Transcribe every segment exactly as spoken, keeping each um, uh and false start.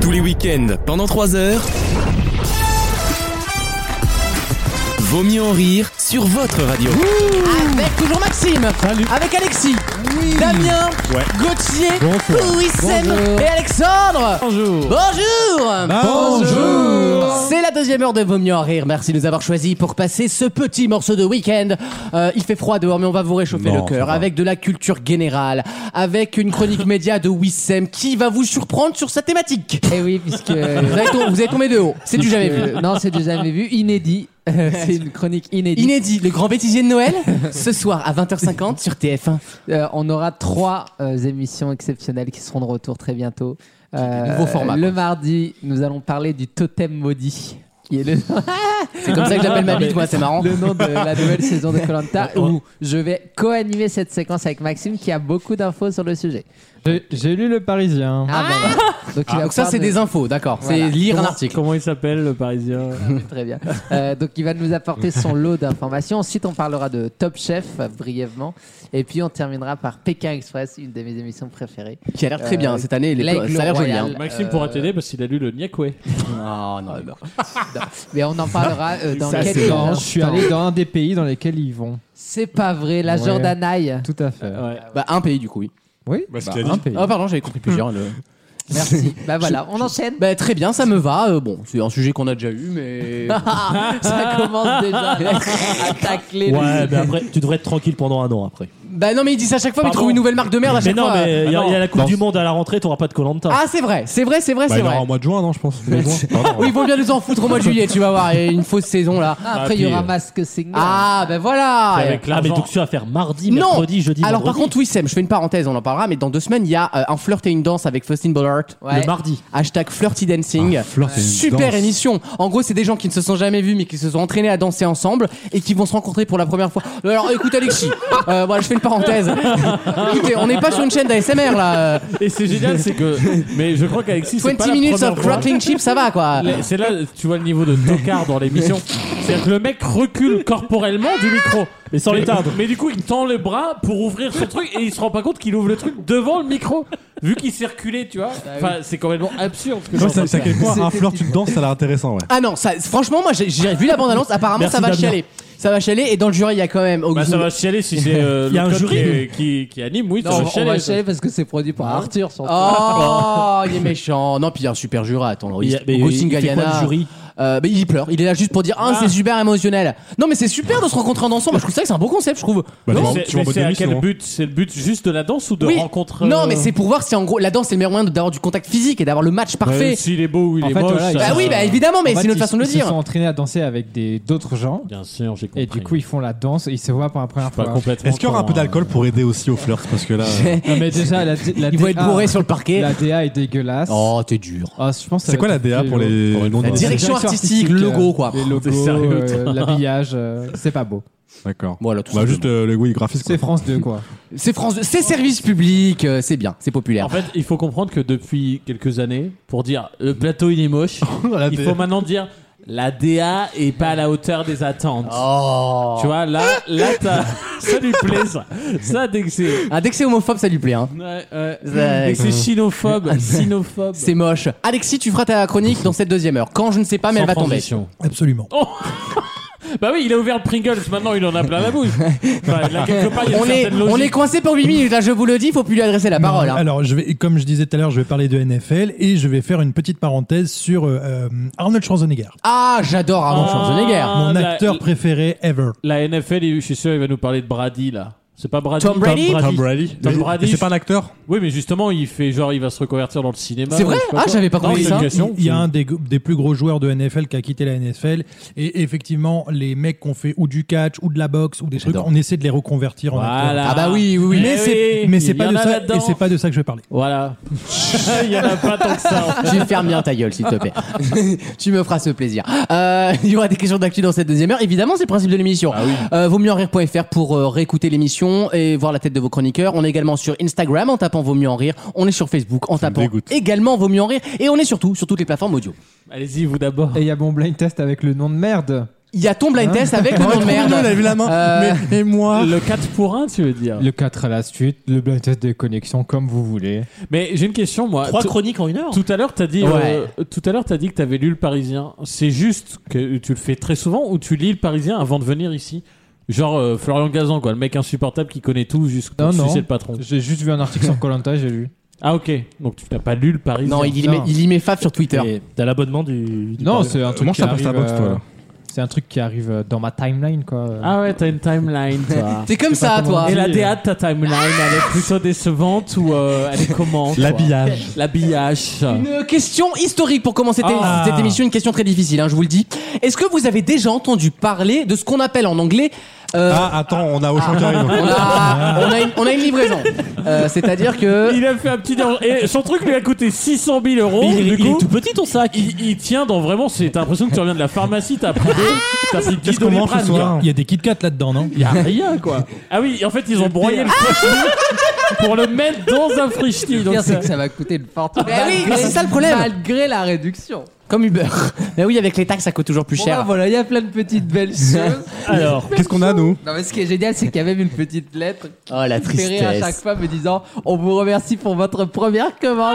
Tous les week-ends, pendant trois heures, Vaut mieux en rire sur votre radio. Avec toujours Maxime. Salut. Avec Alexis. Oui. Damien. Ouais. Gauthier. Bonsoir. Wissem. Bonjour. Et Alexandre. Bonjour. Bonjour. Bonjour. C'est la deuxième heure de Vaut mieux en rire. Merci de nous avoir choisis pour passer ce petit morceau de week-end. Euh, il fait froid dehors, mais on va vous réchauffer Non, le cœur ça va. avec de la culture générale, avec une chronique média de Wissem qui va vous surprendre sur sa thématique. Eh oui, puisque. Vous avez, tom- vous avez tombé de haut. C'est du jamais vu. Euh, non, c'est du jamais vu. Inédit. Euh, c'est une chronique inédite. Inédit, le grand bêtisier de Noël, ce soir à vingt heures cinquante sur T F un. Euh, on aura trois euh, émissions exceptionnelles qui seront de retour très bientôt. Euh, Nouveau format, Le quoi. mardi, nous allons parler du totem maudit. Qui est le, C'est comme ça que j'appelle ma bite, moi, c'est marrant. le nom de la nouvelle saison de Koh-Lanta, où je vais co-animer cette séquence avec Maxime qui a beaucoup d'infos sur le sujet. J'ai, j'ai lu Le Parisien. Ah, bah, voilà. Donc, il va Donc ça, pouvoir c'est nous- des infos, d'accord. Voilà. C'est lire un Comment- article. Comment il s'appelle, le Parisien? Très bien. Euh, donc, il va nous apporter son lot d'informations. Ensuite, on parlera de Top Chef, euh, brièvement. Et puis, on terminera par Pékin Express, une de mes émissions préférées. Qui a l'air très bien Euh, cette année. Les l'Aigle ça a l'air joli. Royal. hein. Maxime Euh, pourra t'aider parce qu'il a lu le Niakwe. Oh, non, non. Mais on en parlera euh, dans Ça, quelques c'est instants. bon. Je Je suis allé dans un des pays dans lesquels ils vont. C'est pas vrai, la Ouais. Jordanaï. Tout à fait. Ouais. Bah, un pays, du coup, oui. Oui, Bah, ce bah, qu'il a un dit. pays. Oh, pardon, j'avais compris plusieurs. le- Merci. Bah voilà, on enchaîne. Bah, très bien, ça me va. Euh, bon, c'est un sujet qu'on a déjà eu, mais. Ça commence déjà à tacler. le Ouais, sujet. mais après, tu devrais être tranquille pendant un an après. Bah, non, mais il dit ça à chaque fois, mais il Pardon. trouve une nouvelle marque de merde à Mais chaque non, fois. mais il y, a- Ah il y a la Coupe non. du Monde à la rentrée, t'auras pas de Koh-Lanta. Ah, c'est vrai, c'est vrai, c'est vrai, Bah, c'est il aura vrai. en mois de juin, non, je pense. Mai, juin. Pardon. Oui, ils vont bien nous en foutre au mois de juillet, tu vas voir. Il y a une fausse saison là. Ah, après, Ah, il y aura puis, Masque Singer. Ah, ben voilà. Ah, Avec mais l'argent. donc tu vas faire mardi, Non. mercredi, jeudi, Alors par vendredi. contre, Wissem, je fais une parenthèse, on en parlera, mais dans deux semaines, il y a euh, un flirt et une danse avec Faustine Bollard. Ouais. le mardi. Hashtag Flirty Dancing. Ah, flirt et une Super danse. émission. En gros, c'est des gens qui ne se sont jamais vus, mais qui se sont entraînés à danser ensemble et qui vont se rencontrer pour la première fois. Alors écoute, Alexis, euh, voilà, je fais une parenthèse. Écoutez, on n'est pas sur une chaîne d'A S M R là. Et c'est génial, c'est que. Mais je crois qu'Alexis, c'est pas vingt la minutes première of fois. crackling chips, ça va quoi. Les- C'est là, tu vois le niveau de tocard dans l'émission. C'est-à-dire que le mec recule corporellement du micro, mais sans l'éteindre. Mais du coup, il tend le bras pour ouvrir son truc et il se rend pas compte qu'il ouvre le truc devant le micro, vu qu'il s'est reculé, tu vois. Enfin, c'est complètement absurde ce que Ouais, j'en ça, ça, à quel point un flirt, tu danses, ça a l'air intéressant, ouais. Ah non, ça, franchement, moi j'ai j'ai vu la bande-annonce, apparemment Merci, ça va Damien. chialer. Ça va chialer et dans le jury, il y a quand même. Bah, ça va chialer si c'est euh, Il y a le un code jury. qui, est- qui, qui anime, oui, Non, ça on, va on chialer. va ça. chialer parce que c'est produit par Arthur, surtout. Oh, il est méchant. Non, puis il y a un super jury. Attends, Il y a- mais Augustin il fait quoi, Galliana. le jury Euh, bah, il pleure. Il est là juste pour dire ah, Ah. c'est super émotionnel. Non, mais c'est super de se rencontrer en ensemble. Moi, je trouve ça que c'est un beau concept, je trouve. Bah, Mais tu vas- c'est- tu vas en mais boîte c'est de à nuit, quel souvent. but? C'est le but juste de la danse ou de Oui. rencontre Non, euh, mais c'est pour voir si en gros la danse c'est le meilleur moyen d'avoir du contact physique et d'avoir le match parfait. euh, S'il est beau ou il En est fait, moche. voilà, ça- Bah oui, bah évidemment, mais En c'est fait, une autre ils- façon de le Ils dire. se sont entraînés à danser avec des, d'autres gens. Bien sûr, j'ai compris. Et du coup, ils font la danse et ils se voient pour la première pas fois. complètement. Est-ce qu'il y aura un peu con, hein. d'alcool pour aider aussi au flirt? Parce que là. euh, Non, mais déjà, la, la Ils vont D A être bourrés sur le parquet. La D A est dégueulasse. Oh, t'es dur. Ah, je pense que ça C'est va quoi la être D A pour les compliqué, noms La de- direction artistique, le logo, quoi. Les logos, T'es sérieux, euh, l'habillage, euh, c'est pas beau. D'accord. Voilà, tout Bah, ça. juste euh, le oui, graphisme. C'est France deux, quoi. C'est France, deux, c'est service public, euh, c'est bien, c'est populaire. En fait, il faut comprendre que depuis quelques années, pour dire le plateau il est moche, La il D A. faut maintenant dire la D A est pas à la hauteur des attentes. Oh. Tu vois, là, là, t'as- ça lui plaît ça. Ça, dès que c'est. Ah, dès que c'est homophobe, ça lui plaît. Hein. Ouais, ouais. Ça- Dès que c'est chinophobe, sinophobe. C'est moche. Alexis, tu feras ta chronique dans cette deuxième heure. Quand je ne sais pas, mais Sans elle va tomber. transition. Absolument. Oh bah oui, il a ouvert le Pringles, maintenant il en a plein la bouche. Enfin, là, quelque part, il y a On une est, certaine on logique. est coincé pour huit minutes. Là, je vous le dis, il faut plus lui adresser la parole. Non, hein. Alors, je vais, comme je disais tout à l'heure, je vais parler de N F L et je vais faire une petite parenthèse sur euh, euh, Arnold Schwarzenegger, Ah, j'adore Arnold Ah, Schwarzenegger. mon la- acteur préféré ever. La N F L, je suis sûr, il va nous parler de Brady là. C'est pas Brady Tom Brady Tom Brady. Tom Mais- Brady, mais c'est je- pas un acteur? Oui, mais justement, il fait genre, il va se reconvertir dans le cinéma. C'est vrai ou je sais Ah, quoi. j'avais pas Non, compris c'est ça. une question. Il y a un des, des plus gros joueurs de N F L qui a quitté la N F L et effectivement, les mecs qui ont fait ou du catch ou de la boxe ou des trucs, J'adore. on essaie de les reconvertir en acteurs. Voilà. Ah bah oui, oui, oui. Mais c'est, mais c'est il y pas en de a ça, là-dedans. et c'est pas de ça que je vais parler. Voilà. Il y en a pas tant que ça. en fait. Tu fermes bien ta gueule, s'il te plaît. Tu me feras ce plaisir. Euh, il y aura des questions d'actu dans cette deuxième heure. Évidemment, c'est le principe de l'émission. Ah oui. Euh, vaut mieux en rire point f r pour euh, réécouter l'émission et voir la tête de vos chroniqueurs. On est également sur Instagram en tapant Vaut mieux en rire. On est sur Facebook en Ça me tapant dégoûte. également Vaut mieux en rire. Et on est surtout sur toutes les plateformes audio. Allez-y, vous d'abord. Et il y a mon blind test avec le nom de merde. Il y a ton blind test avec le nom de merde. Il a vu la main. Euh, Mais et moi. Le quatre pour un, tu veux dire. Le quatre à la suite, le blind test des connexions, comme vous voulez. Mais j'ai une question, moi. Trois Tout- chroniques en une heure. Tout à l'heure, t'as dit, Ouais. euh, tout à l'heure, t'as dit que t'avais lu Le Parisien. C'est juste que tu le fais très souvent ou tu lis Le Parisien avant de venir ici? Genre euh, Florian Gazan, quoi, le mec insupportable qui connaît tout jusqu'au Non, non. succès le patron. J'ai juste vu un article sur Koh-Lanta, j'ai lu. Ah ok, donc tu n'as pas lu Le Parisien. Non, il y, Non. met, il y met fave sur Twitter. Et T'as l'abonnement du. du Non, Parisien. c'est un truc Comment qui ça passe ta arrive. box, toi, là C'est un truc qui arrive euh, dans ma timeline, quoi. Ah ouais, t'as une timeline, toi. T'es comme ça, toi. Et la D A de ta timeline, elle est plutôt décevante ou euh, elle est comment toi L'habillage. L'habillage. Une question historique pour commencer cette- Ah. cette émission, une question très difficile, hein, je vous le dis. Est-ce que vous avez déjà entendu parler de ce qu'on appelle en anglais euh, Ah, attends, on a Auchan qui arrive. on, a, on, a une, on a une livraison. Euh, C'est-à-dire que Il a fait un petit dérange- et son truc lui a coûté six cent mille euros. Mais il, du il coup, est tout petit ton sac. il, il tient dans vraiment. c'est- T'as l'impression que tu reviens de la pharmacie. T'as pris deux. T'as pris dix Qu'est-ce qu'on mange ce Doliprane, soir Il y a des Kit Kat là-dedans, non? Il y a rien quoi. Ah oui, en fait ils ont broyé le frishti pour le mettre dans un frishti. Le Donc pire, c'est ça- que ça va coûter une fortune. Ben oui, mais c'est ça le problème. Malgré la réduction. comme Uber. Mais oui, avec les taxes, ça coûte toujours plus Bon, cher. bah, voilà, il y a plein de petites belles choses. Alors, Qu'est-ce qu'on a, nous? Non, mais ce qui est génial, c'est qu'il y a même une petite lettre qui Oh, la me fait rire à chaque tristesse. fois me disant on vous remercie pour votre première commande.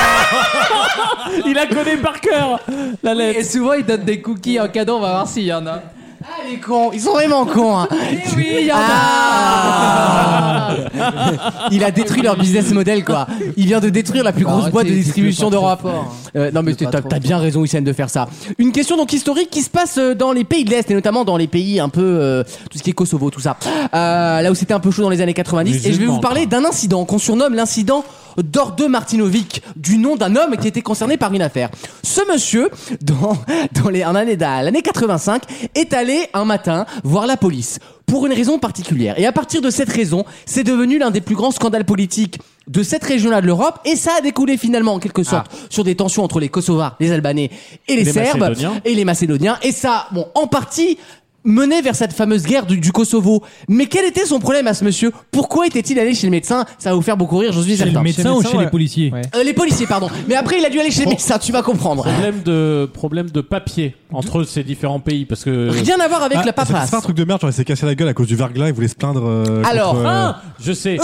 Il la connaît par cœur, la lettre. Et souvent, ils donnent des cookies en cadeau, on va voir s'il y en a. Ah, les cons, ils sont vraiment cons. Hein. Eh oui, il y en Ah. Il a détruit leur business model, quoi. Il vient de détruire la plus grosse Arrêtez, boîte de dites-le distribution pas trop d'Europe. fort, hein. Euh, non, mais Dites-le t'as pas t'as trop bien raison, Hissène, de faire ça. Une question donc historique qui se passe euh, dans les pays de l'Est et notamment dans les pays un peu euh, tout ce qui est Kosovo, tout ça. Euh, là où c'était un peu chaud dans les années quatre-vingt-dix. Les Et je vais vous Musulmans, parler d'un incident qu'on surnomme l'incident d'Orde Martinovic, du nom d'un homme qui était concerné par une affaire. Ce monsieur, dans, dans les, en année, dans l'année quatre-vingt-cinq, est allé un matin voir la police pour une raison particulière. Et à partir de cette raison, c'est devenu l'un des plus grands scandales politiques de cette région-là de l'Europe, et ça a découlé finalement en quelque sorte sur des tensions entre les Kosovars, les Albanais et les, Les Serbes Macédoniens. et les Macédoniens. Et ça, bon, en partie menait vers cette fameuse guerre du, du Kosovo. Mais quel était son problème à ce monsieur? Pourquoi était-il allé chez le médecin? Ça va vous faire beaucoup rire, j'en suis Chez certain. le médecin Chez le ou médecin, chez ouais. les policiers? Ouais. Euh, les policiers, pardon. Mais après, il a dû aller chez le médecin, tu vas comprendre. Problème de, problème de papier entre ces différents pays parce que. Rien à voir avec Ah, la c'est- paperasse. C'est pas un truc de merde, genre il s'est cassé la gueule à cause du verglas, il voulait se plaindre. euh, Alors, contre, euh, Ah, je sais.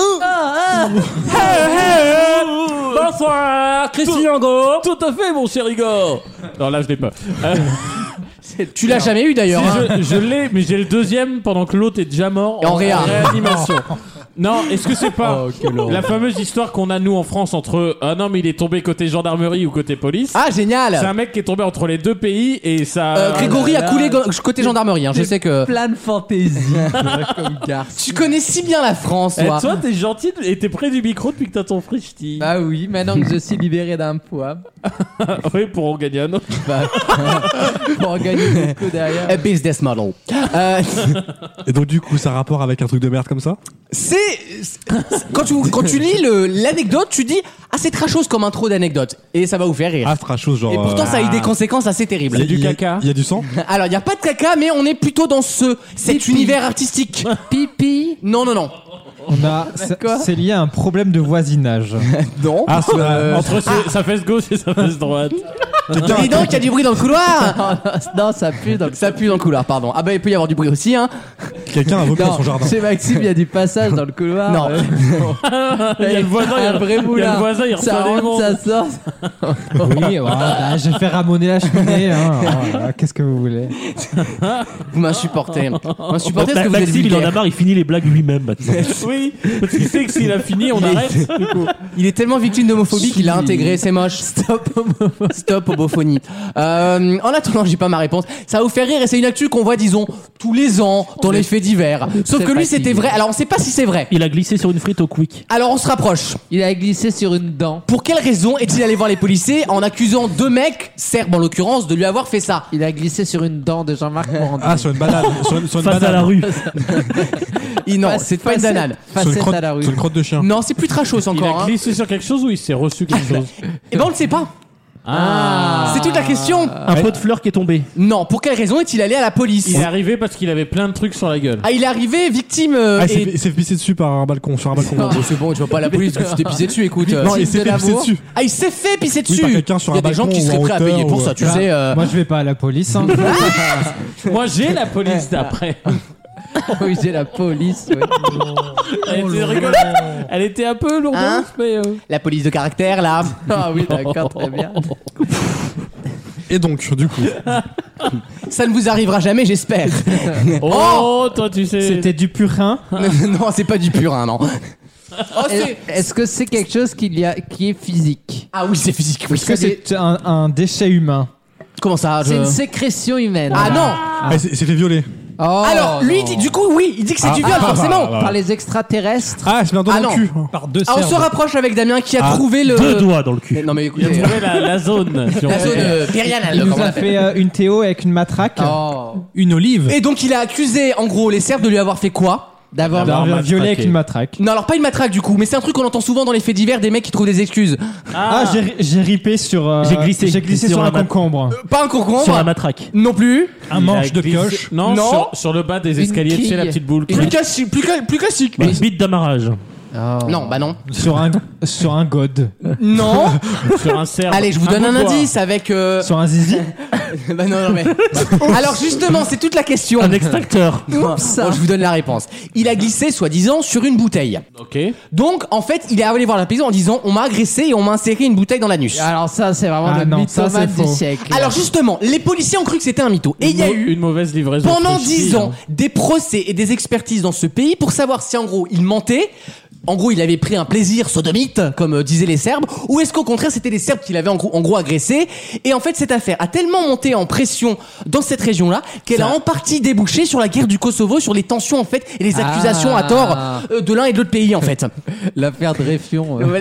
Bonsoir, Christian Go. Tout à fait, mon cher Igor. Non, là, je l'ai pas. Euh, Tu l'as jamais eu d'ailleurs. si, hein. je je l'ai, mais j'ai le deuxième pendant que l'autre est déjà mort Et en réa. réanimation. Non, est-ce que c'est pas Oh, la fameuse histoire qu'on a nous en France entre ah non mais il est tombé côté gendarmerie ou côté police? Ah, génial. C'est un mec qui est tombé entre les deux pays et ça. Euh, Grégory là a là. coulé go- côté gendarmerie. Hein. Je sais que Plein de fantaisie comme garçon. tu connais si bien la France, Eh, toi. toi, t'es gentil et t'es près du micro depuis que t'as ton frishti. Bah oui, maintenant que je suis libéré d'un poids, Oui, pour en gagner un autre. pour en gagner beaucoup derrière. A business model. Euh, Et donc, du coup, ça a rapport avec un truc de merde comme ça? c'est c'est- quand tu quand tu lis le- l'anecdote, tu dis ah c'est très chose comme intro d'anecdote et ça va vous faire rire. Ah, c'est chose, genre. Et pourtant, euh, ça a eu des conséquences assez terribles. il y a du il y a- caca. Il y a du sang? Alors, il n'y a pas de caca, mais on est plutôt dans ce cet Pipi. univers artistique. Pipi. Non, non, non. On a, c'est- Quoi c'est lié à un problème de voisinage. Non. Ah, c'est la- Entre ses- sa fesse gauche et sa fesse droite. Dis donc, il y a du bruit dans le couloir. Non, ça pue donc Ça pue dans le couloir, pardon. Ah bah, il peut y avoir du bruit aussi, hein. Quelqu'un a vomi dans Non, son jardin. chez Maxime, il y a du passage dans le couloir. Non. Euh, Il y a le voisin, il y a un vrai il y a moulin. le voisin, il Ça reçoit des rentre, mondes. ça sort. Oui, voilà, je vais ramoner la cheminée. Hein. Voilà, qu'est-ce que vous voulez? Vous m'insupportez. Vous m'insupportez parce que vous êtes Maxime, il en a vulgaire. marre, il finit les blagues lui-même maintenant. Oui, parce qu'il sait que s'il a fini, on Il est- arrête. Du coup. Il est tellement victime d'homophobie qu'il l'a intégré, c'est moche. Stop homophonie. Stop homophonie. Euh, en attendant, j'ai pas ma réponse. Ça va vous faire rire et c'est une actu qu'on voit, disons, tous les ans dans les faits divers. Sauf très que lui, fatigué. c'était vrai. Alors, on sait pas si c'est vrai. Il a glissé sur une frite au quick. Alors, on se rapproche. Il a glissé sur une dent. Pour quelle raison est-il allé voir les policiers en accusant deux mecs, serbes en l'occurrence, de lui avoir fait ça? Il a glissé sur une dent de Jean-Marc Morandini. Ah, sur une banane. Sur une, sur une Face à banane. la rue. Il- Non, Face- c'est pas une facette- banane. Sur une, Facette crotte, à la rue. sur une crotte de chien. Non, c'est plus trashos Il encore. a Hein. glissé sur quelque chose ou il s'est reçu quelque chose? Et ben, on le sait pas. Ah. C'est toute la question. Un pot de fleurs qui est tombé. Non, pour quelle raison est-il allé à la police? Il est arrivé parce qu'il avait plein de trucs sur la gueule. Ah, il est arrivé victime. euh, Ah, il s'est et- fait- il s'est fait pisser dessus par un balcon, sur un balcon. Oh, c'est bon, tu vas pas à la police parce que tu t'es pissé dessus, écoute. Non, il s'est de fait pisser l'amour. dessus. Ah, il s'est fait pisser Oui, dessus. par quelqu'un sur Il y a un des gens balcon qui ou seraient en prêts à hauteur payer pour ou- ça, tu Bah, sais. euh. Moi, je vais pas à la police. Hein. Moi, j'ai la police d'après. Oui, j'ai la police. ouais. Elle était rigolote. Elle était un peu lourde, Hein mais. euh, La police de caractère, là. Ah oui, d'accord, très bien. Et donc, du coup, Ça ne vous arrivera jamais, j'espère. Oh, toi, tu sais. C'était du purin. Non, c'est pas du purin, non. Oh, c'est. Est-ce que c'est quelque chose qu'il y a, qui est physique? Ah oui, c'est physique. Oui. Est-ce que c'est un, un déchet humain? Comment ça je- C'est une sécrétion humaine. Ah non. ah, il s'est il s'est fait violer. Oh, Alors, lui, non. dit- du coup, oui, il dit que c'est Ah, du viol, ah, forcément. ah, Par les extraterrestres. Ah, il s'est mis un doigt Ah dans non. le cul. Par deux Ah, on se Serbes. rapproche avec Damien qui a Ah, trouvé le. Deux doigts dans le cul. Mais non, mais Il écoutez, a trouvé la, la zone. si on la veut. zone euh, périanale, Il comme nous on a l'appelle. fait euh, une Théo avec une matraque. Oh. Une olive. Et donc, il a accusé, en gros, les Serbes de lui avoir fait quoi? D'avoir. D'avoir matraqué. violé avec une matraque. Non, alors pas une matraque du coup, mais c'est un truc qu'on entend souvent dans les faits divers des mecs qui trouvent des excuses. Ah, j'ai j'ai ripé sur. euh, J'ai glissé. J'ai glissé Sur sur un un mat- concombre. Pas un concombre. Sur la matraque. Non plus. Un Il manche a de glissé- pioche. Non, Non. Sur, sur le bas des Une escaliers, tu sais, la quille. petite boule. Plus, classi- plus, cla- plus classique. Une bite d'amarrage. Oh. Non, bah non. Sur un, sur un god. Non. Sur un cerf. Allez, je vous donne un bout de bois. indice avec. euh, Sur un zizi. bah non, non, mais. Alors justement, c'est toute la question. Un extracteur. Bon, je vous donne la réponse. Il a glissé, soi-disant, sur une bouteille. Ok. Donc, en fait, il est allé voir la police en disant on m'a agressé et on m'a inséré une bouteille dans l'anus. Alors ça, c'est vraiment Ah le non, ça, mythomane c'est du faux. siècle. Alors justement, les policiers ont cru que c'était un mytho. Et il y a Une- eu une mauvaise livraison. pendant Frischti, dix ans hein. des procès et des expertises dans ce pays pour savoir si en gros il mentait. En gros, il avait pris un plaisir sodomite, comme euh, disaient les Serbes, ou est-ce qu'au contraire c'était les Serbes qui l'avaient en gros, en gros agressé. Et en fait, cette affaire a tellement monté en pression dans cette région-là qu'elle a en partie débouché sur la guerre du Kosovo, sur les tensions en fait et les accusations Ah. à tort euh, de l'un et de l'autre pays en fait. L'affaire Dreyfion. euh.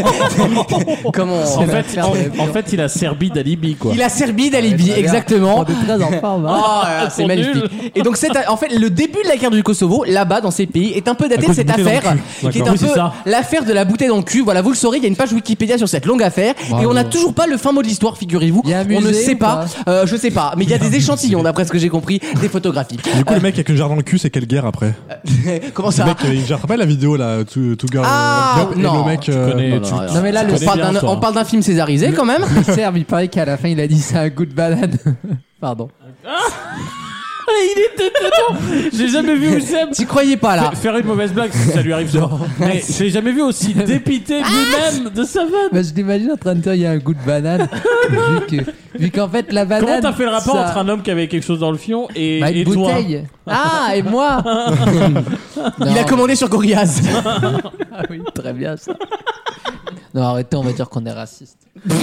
Comment En on- fait, en, en fait, il a serbi d'alibi, quoi. Il a Serbie d'alibi, Très bien. exactement. On est très en forme. hein. Oh, là là, c'est Ils sont magnifique. nuls. Et donc, c'est en fait le début de la guerre du Kosovo, là-bas, dans ces pays, est un peu daté de cause cette d'une bouteille dans affaire, le cul. qui est D'accord. un Oui, c'est peu ça. l'affaire de la bouteille dans le cul. Voilà, vous le saurez, il y a une page Wikipédia sur cette longue affaire, et on n'a toujours pas le fin mot de l'histoire, figurez-vous. Il y a un On ne musée sait ou pas, euh, je sais pas, mais il y a des échantillons, d'après ce que j'ai compris, des photographies. Du coup, le mec avec une jarre dans le cul, c'est quelle guerre après? Comment Le ça mec avec une jarre. Rappelle la vidéo là, Two, two Girl Ah, Job, et non, le mec. Tu euh, connais, non, tu, non, tu- Non mais là, tu le on connais parle bien, d'un- toi. on parle d'un film césarisé quand même. Le Serbe, il paraît qu'à la fin, il a dit c'est un goût de banane. Pardon. Il était dedans. J'ai jamais vu Oussem Tu croyais pas là. faire une mauvaise blague, ça lui arrive souvent. Mais j'ai jamais vu aussi dépité lui-même de sa vanne. Bah, je l'imagine en train de dire il y a un goût de banane. vu que, vu qu'en fait la banane. Comment t'as fait le rapport ça- entre un homme qui avait quelque chose dans le fion et, Bah, une et toi? bouteille. Ah, et moi. Il a Non, commandé sur Gorillaz. Ah oui, très bien ça. Non, arrêtez, on va dire qu'on est raciste.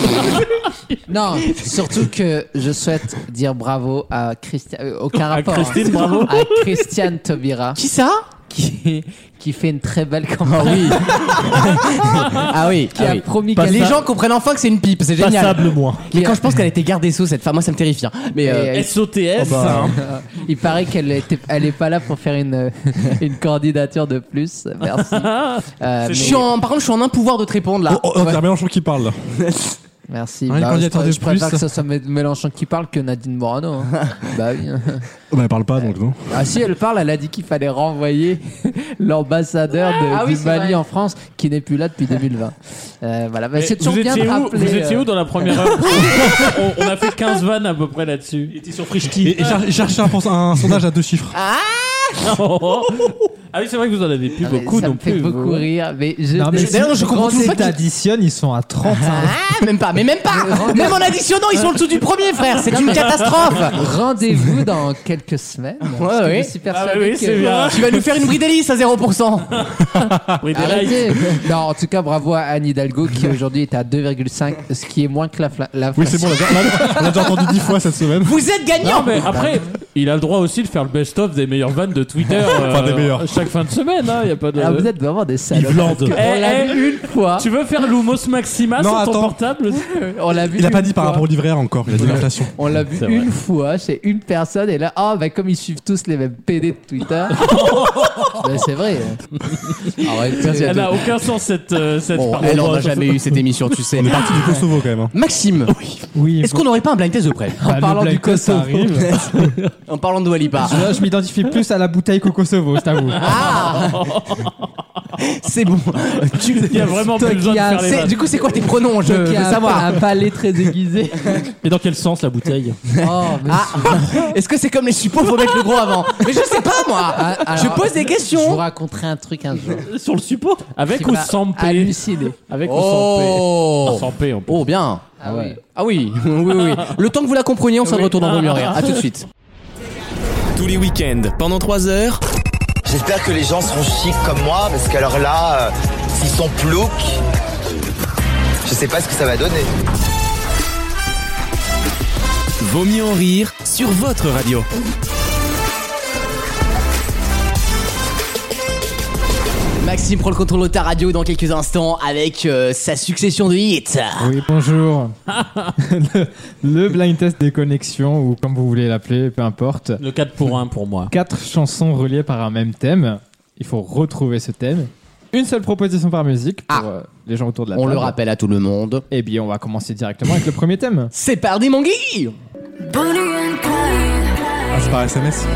Non, surtout que je souhaite dire bravo à Christian. euh, aucun À rapport. Christine, hein. bravo. À Christiane Taubira, Qui ça? qui, qui fait une très belle campagne. Ah oui. Ah oui. Qui ah a oui. promis Pas qu'elle. Les ça. gens comprennent enfin que c'est une pipe, c'est génial. Passable moins. Mais quand je pense qu'elle était garde des Sceaux, cette femme, moi ça me terrifie. hein. Mais euh, Et- S O T S. hein. Il paraît qu'elle était, elle est pas là pour faire une, une candidature de plus. Merci. Euh, je mais- suis en, par contre, je suis en un pouvoir de te répondre là. Oh, oh, t'as Mélenchon qui parle là. Merci. Une Bah, je, candidature pr- de je préfère plus. que ça soit Mé- Mélenchon qui parle que Nadine Morano. hein. Bah oui. Oh, bah, elle parle pas donc non. Ah si, elle parle, elle a dit qu'il fallait renvoyer l'ambassadeur de, Ah oui, du c'est Mali vrai. en France, qui n'est plus là depuis deux mille vingt. Euh, voilà, bah, Mais c'est toujours vous bien de étiez où, rappeler. vous étiez euh, où dans la première heure on, on a fait quinze vannes à peu près là-dessus. Il était sur Frischti. Et, et cher- cherchez un, pens- un sondage à deux chiffres. Ah oui, c'est vrai que vous en avez plus ah, mais beaucoup ça non me fait plus. beaucoup vous. rire. Mais je, Non, mais je- d'ailleurs, je comprends quand toujours pas tu qui- t'additionnes, ils sont à trente. Ah, même pas, mais même pas. Même en additionnant, ils sont en dessous du premier, frère. C'est une catastrophe. Rendez-vous dans quelques semaines. parce que oui. Je suis Ah persuadé oui, que- c'est bien. Tu vas nous faire une bridellis à zéro pour cent. Oui, des likes. Arrêtez. Non, en tout cas, bravo à Anne Hidalgo qui aujourd'hui est à deux virgule cinq, ce qui est moins que la, fla- la Oui, c'est bon, on l'a déjà- on l'a- on l'a déjà entendu dix fois cette semaine. Vous êtes gagnant. Non, mais après, Il a le droit aussi de faire le best-of des meilleures vannes de Twitter euh, Enfin, des meilleures. chaque fin de semaine. Hein, y a pas de... Ah, vous êtes vraiment des salauds. Yvelande. parce que Eh, On l'a eh, vu une fois. Tu veux faire Lumos Maxima Non, sur ton attends. portable? On l'a vu Il a pas une dit par fois. rapport au livret A encore, il a dit l'inflation. On l'a vu C'est vrai. une fois chez une personne et là, oh, bah comme ils suivent tous les mêmes P D de Twitter. Bah, c'est vrai. Arrête. Elle n'a aucun sens cette, euh, cette Bon, pardon. elle en a jamais eu cette émission, tu sais. On est parti du Kosovo quand même. hein. Maxime, Oui. est-ce qu'on n'aurait pas un blind test de près bah, en parlant le du blind test, ça Kosovo. arrive. En parlant de Dua Lipa. Là, je m'identifie plus à la bouteille qu'au Kosovo, c'est à vous. Ah C'est bon. Tu- Il y a vraiment Toi plus besoin de qui as- faire les C'est- vannes. Du coup, c'est quoi tes pronoms? Je Qui veux a un- savoir. un palais très aiguisé. Et dans quel sens la bouteille? Oh, mais Ah, est-ce que c'est comme les suppos, faut mettre le gros avant? Mais je sais pas moi. Ah, alors, Je pose des je vous questions. raconterai un truc un jour. Sur le suppôt? Avec Qui ou va sans P? halluciner. Avec ou sans P? Oh, Sans P, on peut. oh bien. Ah oui. Ah oui, oui, oui. Le temps que vous la compreniez, on se retourne dans Vaut mieux en rire. À tout de suite. Tous les week-ends, pendant trois heures, J'espère que les gens seront chics comme moi, parce qu'alors là, euh, s'ils sont ploucs, je sais pas ce que ça va donner. Vaut mieux en rire sur votre radio. Maxime prend le contrôle de ta radio dans quelques instants avec euh, sa succession de hits. Oui, bonjour. le, le blind test des connexions, ou comme vous voulez l'appeler, peu importe. Le quatre pour un pour moi. Quatre chansons reliées par un même thème. Il faut retrouver ce thème. Une seule proposition par musique pour Ah. euh, les gens autour de la On table. le rappelle à tout le monde. Et bien, on va commencer directement avec le premier thème. C'est parti mon Guy. Ah, c'est par S M S.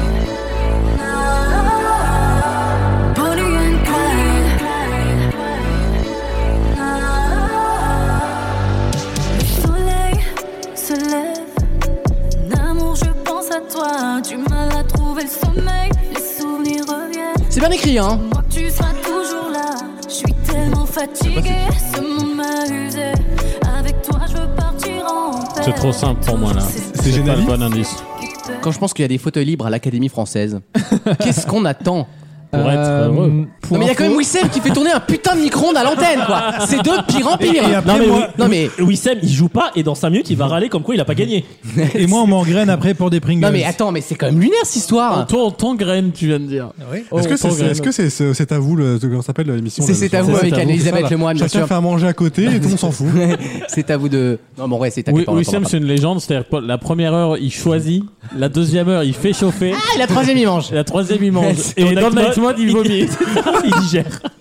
Se lève, d'amour je pense à toi, du mal à trouver le sommeil, les souvenirs reviennent, C'est bien écrit hein. moi que tu seras toujours là, je suis tellement fatiguée, ce monde m'a usé, avec toi je veux partir en paix. C'est trop simple pour moi là. C'est pas le génial. bon indice. Quand je pense qu'il y a des fauteuils libres à l'Académie française, qu'est-ce qu'on attend? Pour être heureux. pour Non mais il y a info- quand même Wissem qui fait tourner un putain de micro-ondes à l'antenne quoi. C'est de pire en pire. Et après, Non mais, moi, oui, Non, mais- Wissem il joue pas et dans cinq minutes il va râler comme quoi il a pas gagné. Et moi, on m'engraine après pour des Pringles. Non mais attends, mais c'est quand même lunaire cette histoire. Ton, ton graine, tu viens de dire. Oui. Oh, Est-ce que ton c'est graine. est-ce que c'est c'est c'est à vous le comment ça s'appelle l'émission C'est là, c'est le à soir vous avec à vous, Anne-Elisabeth Ça, là. Lemoine, bien Chacun sûr. fait à manger à côté et tout le monde s'en fout. C'est à vous de. Non, mais en vrai, c'est t'inquiète Oui, pas, on Wissem, l'entendra c'est une légende. C'est-à-dire que la première heure, il choisit. La deuxième heure, il fait chauffer. pas. Ah, la troisième, il mange. Et la troisième, il mange. Et Et, au dans le night night mode, il vomit. Il digère.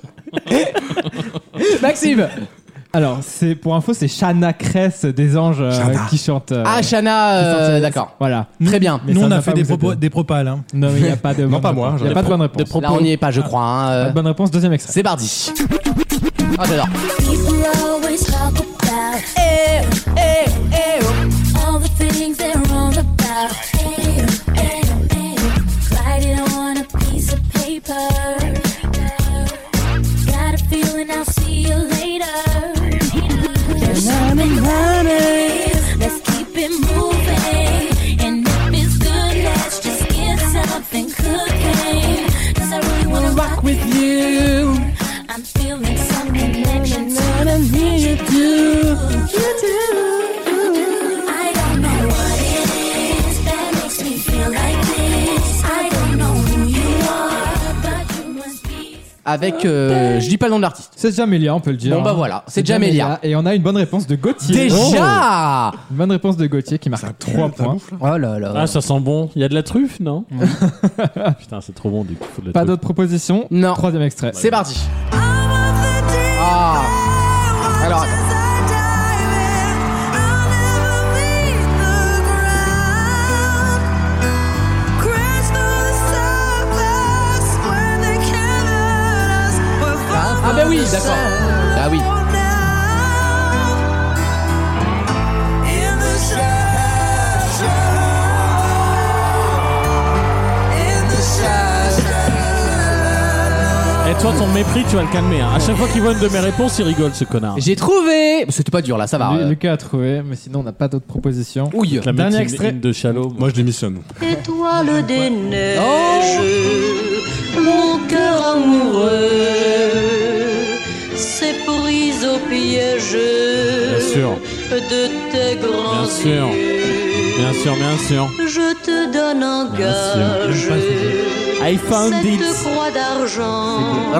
Maxime. Alors, c'est pour info, c'est Shana Kress des Anges euh, qui chante. euh, Ah, Shana, euh, d'accord. Voilà. Très bien. Mais Nous, ça on va a pas fait des, vous propos, aider. des propales. Hein. Non, mais il n'y a pas de. Non, bonne pas réponse. moi, Il n'y a j'en ai pas de pro- bonne réponse. Là, on n'y est pas, je crois. hein, Pas euh. de bonne réponse, deuxième extrait. C'est parti. Ah, j'adore. People always talk about Eh, eh, eh, oh. all the things they're wrong about. Hey, hey, hey. Write it on a piece of paper. Got a feeling I'll see you later. There's something running. Let's keep it moving. And if it's good, let's just get something cooking. 'Cause I really wanna rock with you. I'm feeling some connection to you do. You do. I don't know what it is that makes me feel like this. I don't know who you are, but you must be. Avec, euh, je dis pas le nom de l'artiste. C'est Jamelia, on peut le dire. Bon, bah hein. voilà, c'est Jamelia. Et on a une bonne réponse de Gauthier. Déjà. Oh Une bonne réponse de Gauthier qui marque trois points. Oh là là. Ah, ça sent bon. Il y a de la truffe, non? Putain, c'est trop bon du coup. Faut de la Pas truffe. d'autres propositions. Non. Troisième extrait. C'est parti. Ah. Alors, attends. Ah bah oui, d'accord. Ah oui. Et toi, ton mépris, tu vas le calmer. Hein. À chaque fois qu'il voit une de mes réponses, il rigole, ce connard. J'ai trouvé. C'était pas dur là, ça va. Lu- euh. Lucas a trouvé, mais sinon on n'a pas d'autres propositions. Ouille. La Dernier médecine extrait. de Chalot. Moi je démissionne. Étoile des neiges, Oh. mon cœur amoureux s'est pris au piège Bien sûr. de tes grands Bien sûr. yeux. Bien sûr, bien sûr. Je te donne en gage I found cette it. croix d'argent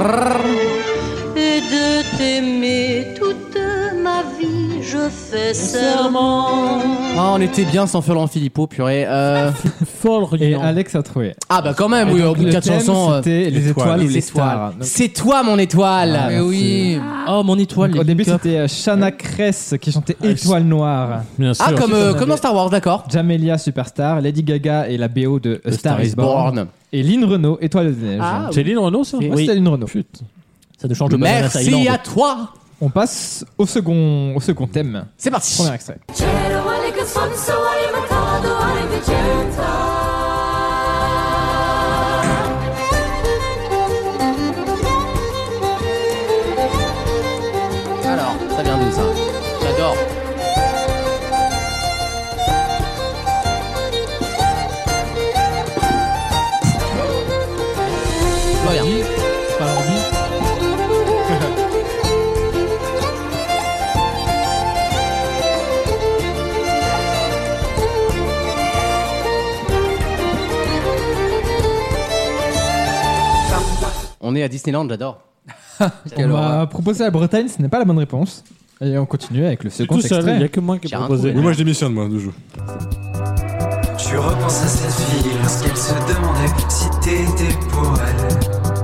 et de t'aimer toute ma vie. Je fais serment. Ah, on était bien sans Florent Philippot, purée. Euh... Et Alex a trouvé. Ah bah quand même, Et oui, donc, au bout de le quatre thème, chansons. euh, c'était les étoiles ou les étoiles. stars. Donc- C'est toi mon étoile. Ah, Mais oui. Oh, mon étoile. Donc, les au début, Link Up. c'était euh, Shana Kress qui chantait Étoile Noire. Bien sûr. Ah comme, euh, on comme dans avait- Star Wars, d'accord. Jamelia Superstar, Lady Gaga et la B O de A Star, is Born. Et Lynn Renault, Étoile de neige. Ah, C'est Lynn Renault, ça Ouais, Oui. c'était Lynn Renault. Putain. Ça te change de Banana Merci Island. à toi. On passe au second, au second thème. C'est parti. Premier extrait. Alors, ça vient d'où ça? J'adore. Regarde. C'est pas l'ordi. On est à Disneyland, j'adore. On va proposer la Bretagne, ce n'est pas la bonne réponse. Et on continue avec le second Tout seul, il n'y a extrait. que moi qui ai J'ai rien proposé. Oui, moi je démissionne, moi, de jeu. Tu repenses à cette fille lorsqu'elle se demandait si t'étais pour elle.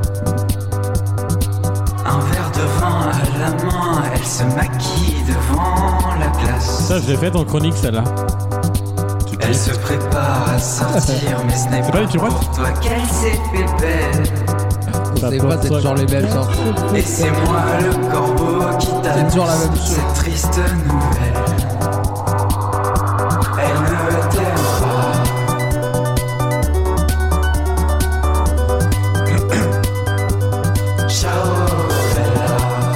Un verre de vin à la main, elle se maquille devant la glace. Ça, je l'ai fait en chronique, celle-là. Elle se prépare à sortir, mais ce n'est pas pas les tiroirs pour toi qu'elle s'est fait belle. C'est pas, c'est toujours les mêmes chansons. Et c'est moi le corbeau qui C'est t'annonce toujours la même chose. cette triste nouvelle. Elle ne t'aime pas. Ciao, Bella.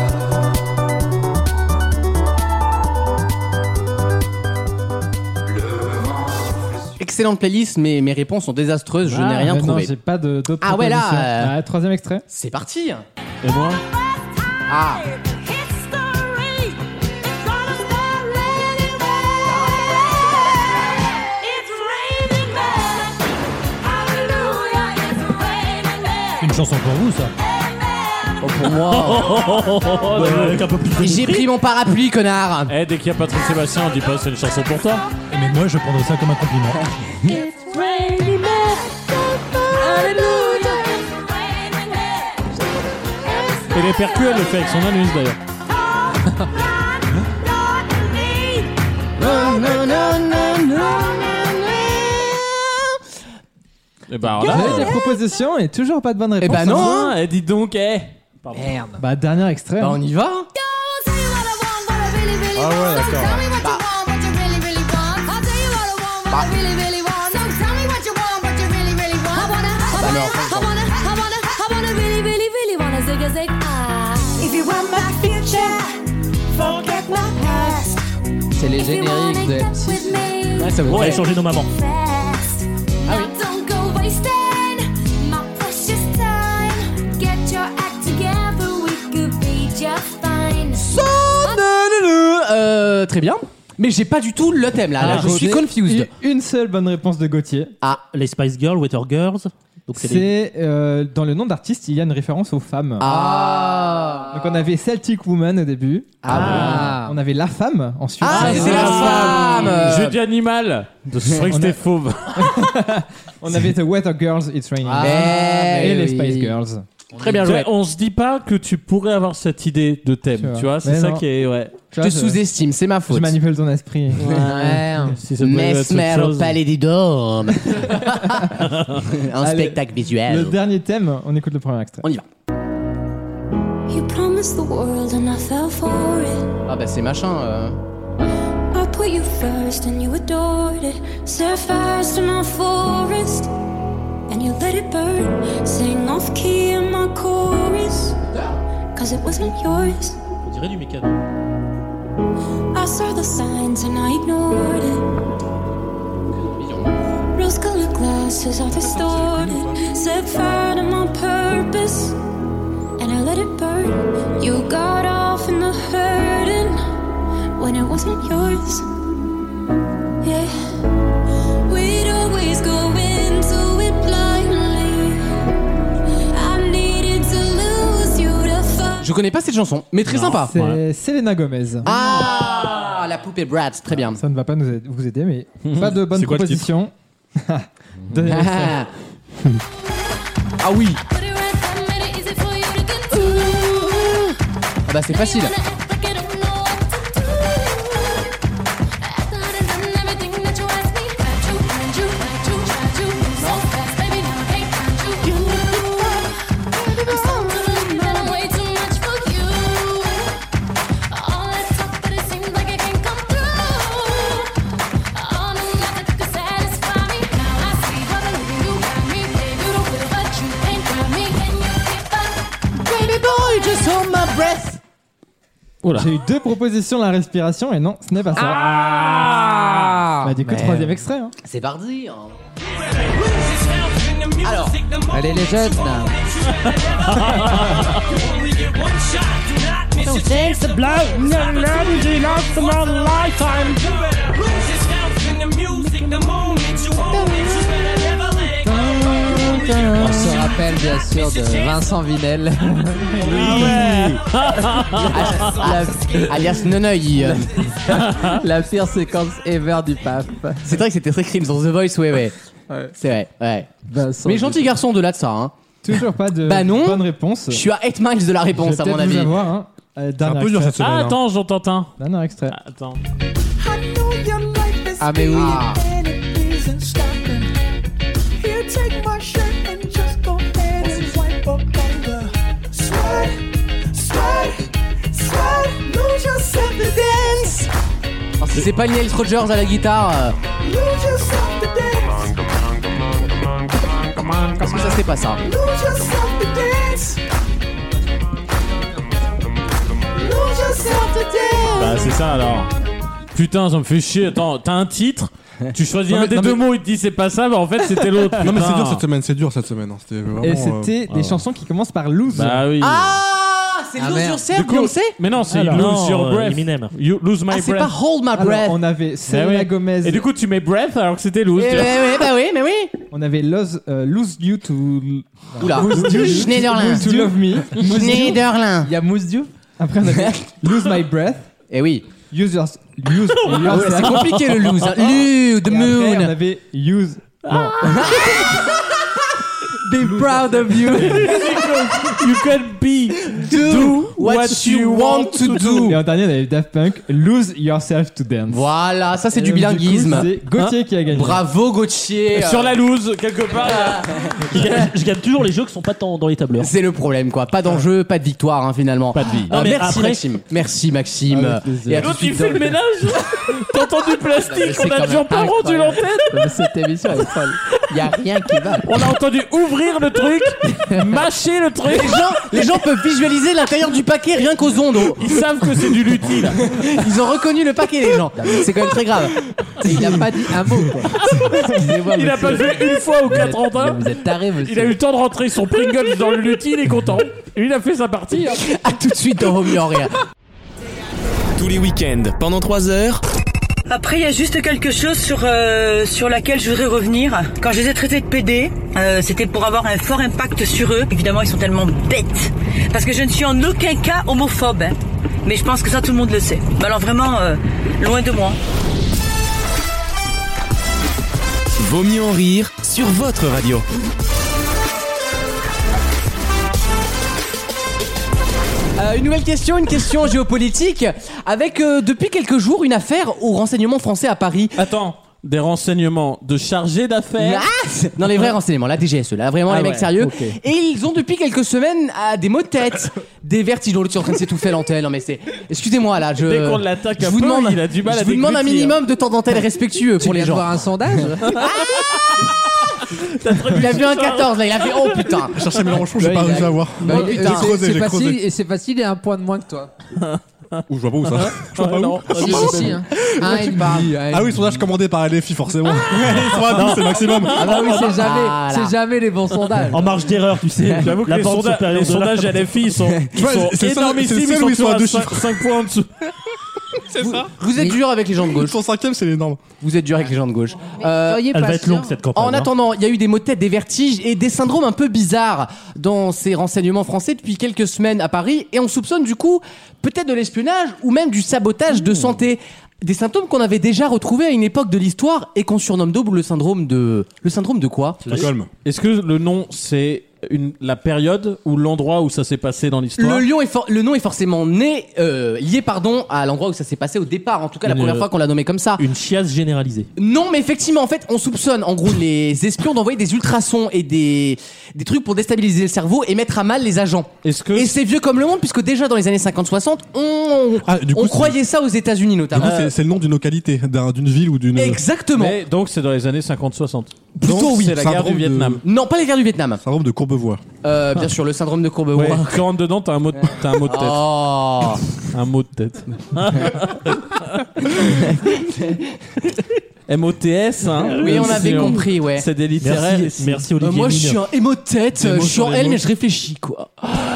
Le vent souffle Excellente playlist, mais mes réponses sont désastreuses, je Ah, n'ai rien mais trouvé. Non, j'ai pas de, d'autres Ah ouais, là, propositions. euh, Ah, troisième extrait. C'est parti. Et moi Ah. C'est une chanson pour vous, ça. Oh, pour moi. Avec un peu plus de J'ai mépris. pris mon parapluie, connard. Eh, dès qu'il y a Patrick Sébastien, on dit pas c'est une chanson pour toi. Et mais moi, je prendrais ça comme un compliment. Et les percus, elle le fait avec son anus d'ailleurs. Et bah alors là. J'avais des propositions et toujours pas de bonne réponse. bah non, hein. Eh, dis donc, eh. Merde. Bah, dernier extrait. Bah hein. on y va. Ah ouais, d'accord. C'est les génériques de M six. Ouais, ça On va échanger nos mamans. Ah oui. Euh, très bien. Mais j'ai pas du tout le thème là. Là, Ah, je suis J'ai confused. eu Une seule bonne réponse de Gauthier. Ah, Les Spice Girls, Weather Girls. Donc c'est les... C'est euh, dans le nom d'artiste, il y a une référence aux femmes. ah, Donc on avait Celtic Woman au début. Ah. On avait La Femme ensuite. Ah, c'est la femme. Jeu d'animal. Je croyais que On a- c'était fauve. On avait The Weather Girls, It's Raining. Ah, et mais les oui. Spice Girls. Très bien Tu vois, joué. on se dit pas que tu pourrais avoir cette idée de thème, Tu vois. tu vois, c'est Mais ça non. qui est, ouais. Tu Je vois, te sous-estime, c'est ma Je faute. manipule ton esprit. Ouais. Si ça pouvait être autre Mesmer au chose. Palais des Dômes. Un Allez, spectacle visuel. Le dernier thème, on écoute le premier extrait. On y va. You promised the world and I fell for it. Ah bah c'est machin. euh. I put you first and you adored it. Set fires to my forest and you let it burn. Sing off key in my chorus, cause it wasn't yours. On dirait du mécano. I saw the signs and I ignored it. Rose colored glasses are distorted. Set fire to my purpose and I let it burn. You got off in the hurting when it wasn't yours. Yeah. Je connais pas cette chanson, mais très Non, sympa. C'est Voilà. Selena Gomez. Ah, la poupée Bratz, très bien. Ça ne va pas nous aider- vous aider, mais pas de bonne C'est quoi le proposition. Deuxième extrait. Ah, ah oui, ah bah c'est facile. Oula. J'ai eu deux propositions la respiration et non, ce n'est pas ça. Ah, Bah, du coup, mais- troisième extrait. Hein. C'est parti. hein. Alors, Allez les jeunes. On se rappelle bien sûr de Vincent Vinel. la, alias Neneuil. la pire séquence ever du pape. C'est vrai que c'était très cringe dans The Voice, ouais, ouais. C'est vrai, ouais. Vincent Mais gentil garçon de là de ça, hein. Toujours pas de Bah non. bonne réponse. Je suis à eight miles de la Je réponse, vais à mon peut-être vous avis. avoir, hein. Euh, C'est un dernier peu dur extrait. cette semaine. Ah, hein. attends, j'entends un. Dernier extrait. Ah, attends. Ah mais oui. Ah. Alors, si c'est pas Nile Rodgers à la guitare. euh, Parce que ça c'est pas ça. Bah, c'est ça alors. Putain, ça me fait chier. Attends, t'as un titre, tu choisis Non, un mais- des non, deux mais- mots, il te dit c'est pas ça, bah en fait c'était l'autre. Non mais c'est putain. dur cette semaine, c'est dur cette semaine. hein. C'était vraiment. Et euh, c'était des ouais. chansons qui commencent par lose. Bah oui. Ah, c'est Ah, Lose merde. Yourself, Du coup- Beyoncé. Mais non, c'est Alors, Lose Non, Your euh, Breath. Eminem. You Lose My Ah, c'est Breath. pas Hold My Alors, Breath. on avait Selena Bah ouais. Gomez. Et du coup, tu mets Breath alors que c'était Lose. Eh, tu vois. ouais, ouais, bah oui, mais oui. On avait Lose, euh, Lose You to. Oula. Lose You Schneiderlin. Lose to Love Me. Lose You. Schneiderlin. Il y a Mousse Diouf. Après, on avait Lose My Breath. Eh oui. Use Your. Use Ah ouais, yourself. c'est compliqué le lose. hein. Lu, the Et après, on moon. avait Use. Non. Be proud of you. You can be Do what you want to do. Et en dernier, on avait Daft Punk. Lose Yourself to Dance. Voilà, ça c'est Et du donc, bilinguisme. coup, C'est Gauthier qui a gagné. Bravo Gauthier. sur Euh, la loose quelque part. Je gagne, je gagne toujours les jeux qui sont pas dans, dans les tableurs. C'est le problème quoi. Pas d'enjeu, pas de victoire hein, finalement. Pas de vie. Euh, Non, mais merci après- Maxime. Merci Maxime. Avec plaisir. Et à tout de L'autre il suite fait dans- le ménage. T'as entendu plastique, C'est on a quand toujours même pas rendu incroyable. l'antenne. Cette émission elle est folle. Il y a rien qui va. On a entendu ouvrir le truc, mâcher le truc. Les gens, les gens peuvent visualiser l'intérieur du paquet rien qu'aux ondes. Ils savent que c'est du lutti là. Ils ont reconnu le paquet les gens. C'est quand même très grave. Il n'a pas dit un mot. Quoi. Excusez-moi, Il a monsieur. pas vu une fois ou quatre ans. Mais Vous êtes taré, monsieur. Il a eu le temps de rentrer son Pringles dans le lutti, il est content. Et il a fait sa partie. hein. À tout de suite dans Vaut mieux en rire. Tous les week-ends, pendant trois heures. Après, il y a juste quelque chose sur euh, sur laquelle je voudrais revenir. Quand je les ai traités de pédés, euh, c'était pour avoir un fort impact sur eux. Évidemment, ils sont tellement bêtes. Parce que je ne suis en aucun cas homophobe. Hein. Mais je pense que ça, tout le monde le sait. Mais alors vraiment, euh, loin de moi. Vaut mieux en rire sur votre radio. Euh, une nouvelle question, une question géopolitique, avec euh, depuis quelques jours une affaire au renseignement français à Paris. Attends, des renseignements de chargé d'affaires. Ah non, les vrais renseignements, la D G S E, là, vraiment Ah les mecs ouais, sérieux. ok. Et ils ont depuis quelques semaines ah, des maux de tête, des vertiges. L'autre est en train de s'étouffer à l'antenne. Non mais c'est. Excusez-moi là, je. Dès qu'on l'attaque je un vous peu, demande, il a du mal je à vous demande un déglutir. minimum de temps d'antenne respectueux Tu pour les viens de gens. voir un sondage. Il a vu un quatorze là, il a fait oh putain. Je cherchais Mélenchon, j'ai Bah, pas il réussi a- à voir. Bah, Oh, il- putain. c'est- creusé, c'est j'ai facile, creusé. et c'est facile, il a un point de moins que toi. Où je vois pas où ça. Je vois pas où. Si, si, si. Hein. Ah, il parle. Ah oui, sondage commandé par L F I forcément. Ils sont à dix, c'est maximum. Ah bah oui, c'est jamais, Voilà. c'est jamais les bons sondages. En marge d'erreur, tu sais. J'avoue que La les, bande sonda- supérieure les de l'art. sondages L F I ils sont, ils vois, sont c'est le seul- énormissimes, c'est le seul ils sont où ils sont à toujours deux cinq- chiffres. cinq points en dessous. C'est vous, ça. vous êtes dur avec les gens de gauche. Son cinquième, c'est les normes. Vous êtes dur avec les gens de gauche. Euh, soyez Elle pas va être sûr. longue cette campagne. En hein. attendant, il y a eu des maux de tête, des vertiges et des syndromes un peu bizarres dans ces renseignements français depuis quelques semaines à Paris. Et on soupçonne du coup peut-être de l'espionnage ou même du sabotage de santé. Des symptômes qu'on avait déjà retrouvés à une époque de l'histoire et qu'on surnomme double le syndrome de... Le syndrome de quoi ? Stockholm. Est-ce que le nom, c'est une, la période ou l'endroit où ça s'est passé dans l'histoire? Le, lion est for- le nom est forcément né, euh, lié pardon, à l'endroit où ça s'est passé au départ. En tout cas, la Une, première euh, fois qu'on l'a nommé comme ça. Une chiasse généralisée. Non, mais effectivement, en fait, on soupçonne en gros les espions d'envoyer des ultrasons et des, des trucs pour déstabiliser le cerveau et mettre à mal les agents. Est-ce que Et c'est vieux comme le monde, puisque déjà dans les années cinquante soixante, on, Ah, du coup, on c'est- croyait ça aux États-Unis Du notamment. coup, c'est- c'est le nom d'une localité, d'un- d'une ville ou d'une. Exactement. Mais donc c'est dans les années cinquante soixante. Plutôt Donc, oui. C'est la guerre syndrome du Vietnam. de- Non, pas les guerres du Vietnam. Syndrome de Courbevoie. Euh, bien sûr, le syndrome de Courbevoie. Ouais, tu rentres dedans, t'as un mot de, t'as un mot de tête. Oh. Un mot de tête. M O T S, hein. Oui, on C'est- avait c'est- compris, ouais. C'est des littéraires. Merci, ici. merci Euh, Olivier. moi, je suis Mine. un émo-tête, Des euh, mots je suis sur en les L, mots. mais je réfléchis, quoi.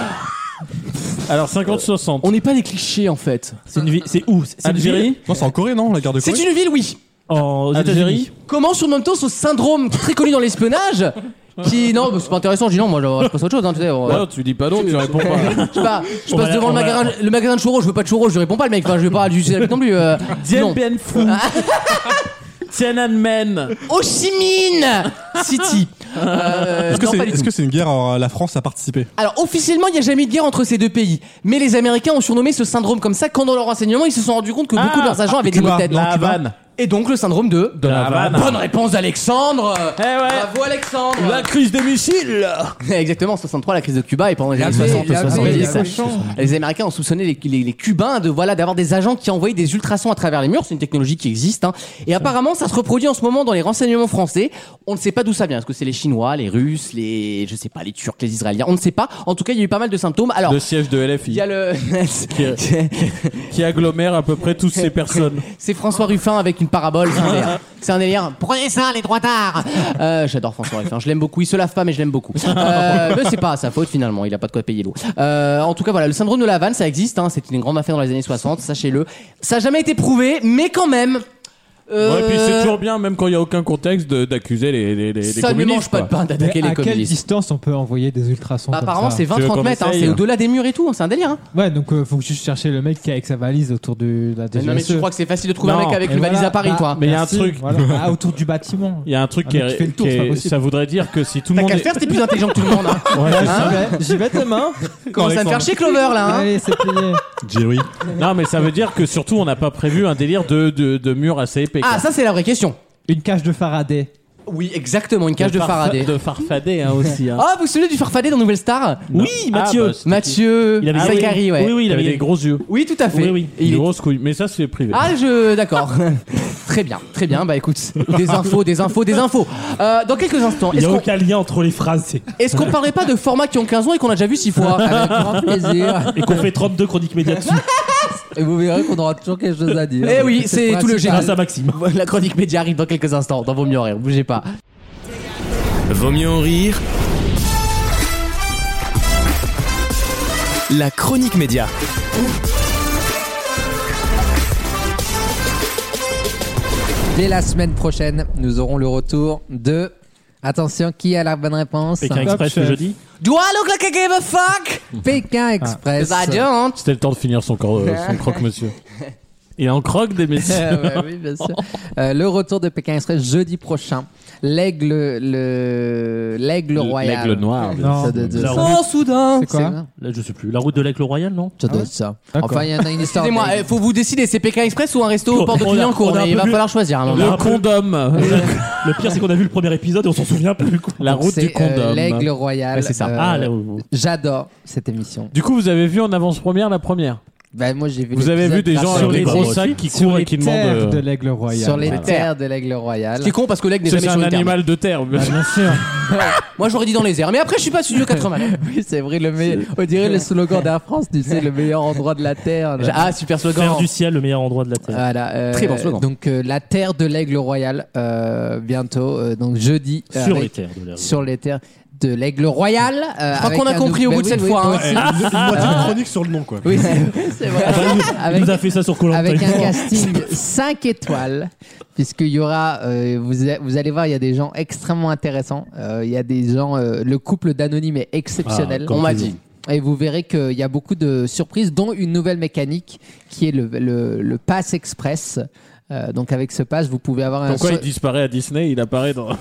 Alors cinquante soixante. On n'est pas des clichés, en fait. C'est une vie. C'est où C'est une Algérie. ville Non, c'est en Corée, non, la guerre de C'est Corée. une ville, oui. En- Aux Algérie. États-Unis. Comment surnomme-t-on ce syndrome très connu dans l'espionnage qui non, bah, c'est pas intéressant. Je dis non, moi je passe à autre chose. Hein, tu sais, on- Ouais, tu dis pas non, tu réponds pas. je sais pas, je On passe va- devant on le va- magasin, le magasin de churros, je veux pas de churros, je réponds pas le mec. Enfin, je vais pas du non plus. Euh, non. Bien fou. Tiananmen. Ho Chi Minh City. Euh, Est-ce que non, c'est pas du est-ce tout. que c'est une guerre alors, la France a participé? Alors officiellement, il n'y a jamais eu de guerre entre ces deux pays. Mais les Américains ont surnommé ce syndrome comme ça quand dans leur renseignement, ils se sont rendus compte que beaucoup de leurs agents avaient des Cuba, maux de tête. non, La Cuba. Havane. Et donc le syndrome de... De la Havane. Bonne réponse d'Alexandre. Eh ouais. Bravo Alexandre. La crise des missiles. Exactement, soixante-trois, la crise de Cuba, et pendant les années L'avez- soixante, l'avez- soixante-dix, l'avez- les Américains ont soupçonné les, les- les Cubains de voilà d'avoir des agents qui envoyaient des ultrasons à travers les murs. C'est une technologie qui existe, hein. Et apparemment, ça se reproduit en ce moment dans les renseignements français. On ne sait pas d'où ça vient. Est-ce que c'est les Chinois, les Russes, les je sais pas, les Turcs, les Israéliens? On ne sait pas. En tout cas, il y a eu pas mal de symptômes. Alors, Le siège de L F il y a I le qui agglomère à peu près toutes ces personnes. c'est François Ruffin avec une parabole. C'est un délire. C'est un délire. Prenez ça, les droits d'art. Euh, j'adore François Ruffin. Je l'aime beaucoup. Il se lave pas, mais je l'aime beaucoup. Euh, mais c'est pas sa faute finalement. Il a pas de quoi payer l'eau. Euh, en tout cas, voilà, le syndrome de la Havane, ça existe. Hein. C'était une grande affaire dans les années soixante. Sachez-le. Ça n'a jamais été prouvé, mais quand même. Euh, Ouais, puis c'est toujours bien, même quand il y a aucun contexte, de- d'accuser les, les, les, les ça ne communistes. mange pas de quoi. pain d'attaquer Mais les à quelle communistes. distance on peut envoyer des ultrasons Bah, comme apparemment, ça c'est Tu veux vingt trente qu'on mètres. Hein. essaye C'est au-delà des murs et tout. C'est un délire. Hein. Ouais, donc euh, faut juste chercher le mec qui est avec sa valise autour de la Mais non, mais tu crois que c'est facile de trouver Non. un mec avec Et une valise voilà. à Paris, Bah, toi? Mais il y a un merci. truc. Voilà. Ah, autour du bâtiment. Il y a un truc Un qui mec est, qui fait le tour, qui c'est pas est- possible. ça voudrait dire que si tout le T'as monde qu'à le est- faire, t'es plus intelligent que tout le monde. Hein. Voilà, Hein j'y vais- j'y vais demain. Commence à me faire chier, Clover, là. Hein. Allez, c'est plié. Jerry. Non, mais ça veut dire que surtout on n'a pas prévu un délire de, de, de mur assez épais. Ah, ça, c'est la vraie question. Une cage de Faraday. Oui, exactement, une cage de, Faraday. De Farfadet hein, aussi. Hein. Ah, vous vous souvenez du Farfadet dans Nouvelle Star? Oui, Mathieu. Ah, bah, c'était- Mathieu Il avait- Saïkari, ouais. Oui, oui, il il avait avait des gros yeux. Oui, tout à fait. Oui, oui. Et il Des est- grosses couilles. Mais ça, c'est privé. Ah, je. D'accord. Très bien, très bien. Bah écoute, des infos, des infos, des infos. Euh, dans quelques instants, Il est-ce n'y a qu'on aucun lien entre les phrases. c'est- est-ce qu'on parlerait pas de formats qui ont quinze ans et qu'on a déjà vu six fois? Avec grand plaisir. Et qu'on fait trente-deux chroniques médias dessus. Et vous verrez qu'on aura toujours quelque chose à dire. Eh oui, c'est tout le principal. Grâce à Maxime. La chronique média arrive dans quelques instants. Dans Vaut mieux en rire, bougez pas. Vaut mieux en rire. La chronique média. Dès la semaine prochaine, nous aurons le retour de. Attention, qui a la bonne réponse? Pékin Express le jeudi. Do I look like I give a fuck? Pékin Express. 'Cause I don't. C'était le temps de finir son, cor- euh, son croque-monsieur. Et en croque des messieurs. Ouais, oui, bien sûr. Euh, le retour de Pékin Express jeudi prochain. L'aigle, le l'aigle royal. L'aigle noir. Non. Ça doit être La ça. route- Oh, soudain. C'est quoi? Là, je sais plus. La route de l'Aigle Royal, non Ça doit être ça. D'accord. Enfin, il y en a une histoire. Excusez-moi, d'aigle. eh, faut vous décider, c'est Pékin Express ou un resto au On port de a- Clignancourt. on a un Il peu va vu- falloir choisir un moment. Le condom. Le pire, c'est qu'on a vu le premier épisode et on s'en souvient plus. quoi. La Donc, route c'est, du euh, condom. l'aigle royal. Ouais, c'est ça. Euh, Ah, là, où- J'adore cette émission. Du coup, vous avez vu en avance-première la première. Ben, moi, j'ai vu Vous avez vu l'épisode des gens grâce à avec des vous. gros Sur sacs qui Sur courent les et qui terres demandent. de euh, l'aigle royal. Sur les Voilà. terres de l'aigle royal. Ce qui est con parce que l'aigle n'est C'est jamais un sur les terres. animal de terre. Bah, bien sûr. Moi j'aurais dit dans les airs, mais après je suis pas studio quatre-vingts. Oui, c'est vrai, le meilleur. On dirait le slogan d'Air France, tu sais, le meilleur endroit de la terre. là. Ah, super slogan. Faire du ciel, le meilleur endroit de la Terre. Voilà, euh, Très bon slogan. Donc euh, la terre de l'aigle royal euh, bientôt, euh, donc jeudi Sur avec- les terres de l'Aigle. sur les terres. de l'Aigle Royal. Euh, Je crois avec qu'on a un compris nou- au bah bout de oui, cette oui, fois, toi hein. aussi. Une une moitié de chronique sur le nom, quoi. Oui, c'est c'est vrai. Il Avec- nous a fait ça sur Koh-Lanta. Avec un casting cinq étoiles, puisqu'il y aura, euh, vous, a- vous allez voir, il y a des gens extrêmement intéressants. Euh, Il y a des gens, euh, le couple d'anonymes est exceptionnel. Ah, comme On m'a toujours. dit. Et vous verrez qu'il y a beaucoup de surprises, dont une nouvelle mécanique qui est le, le, le Pass Express. Euh, donc avec ce pass, vous pouvez avoir un. Pourquoi so- il disparaît à Disney, il apparaît dans.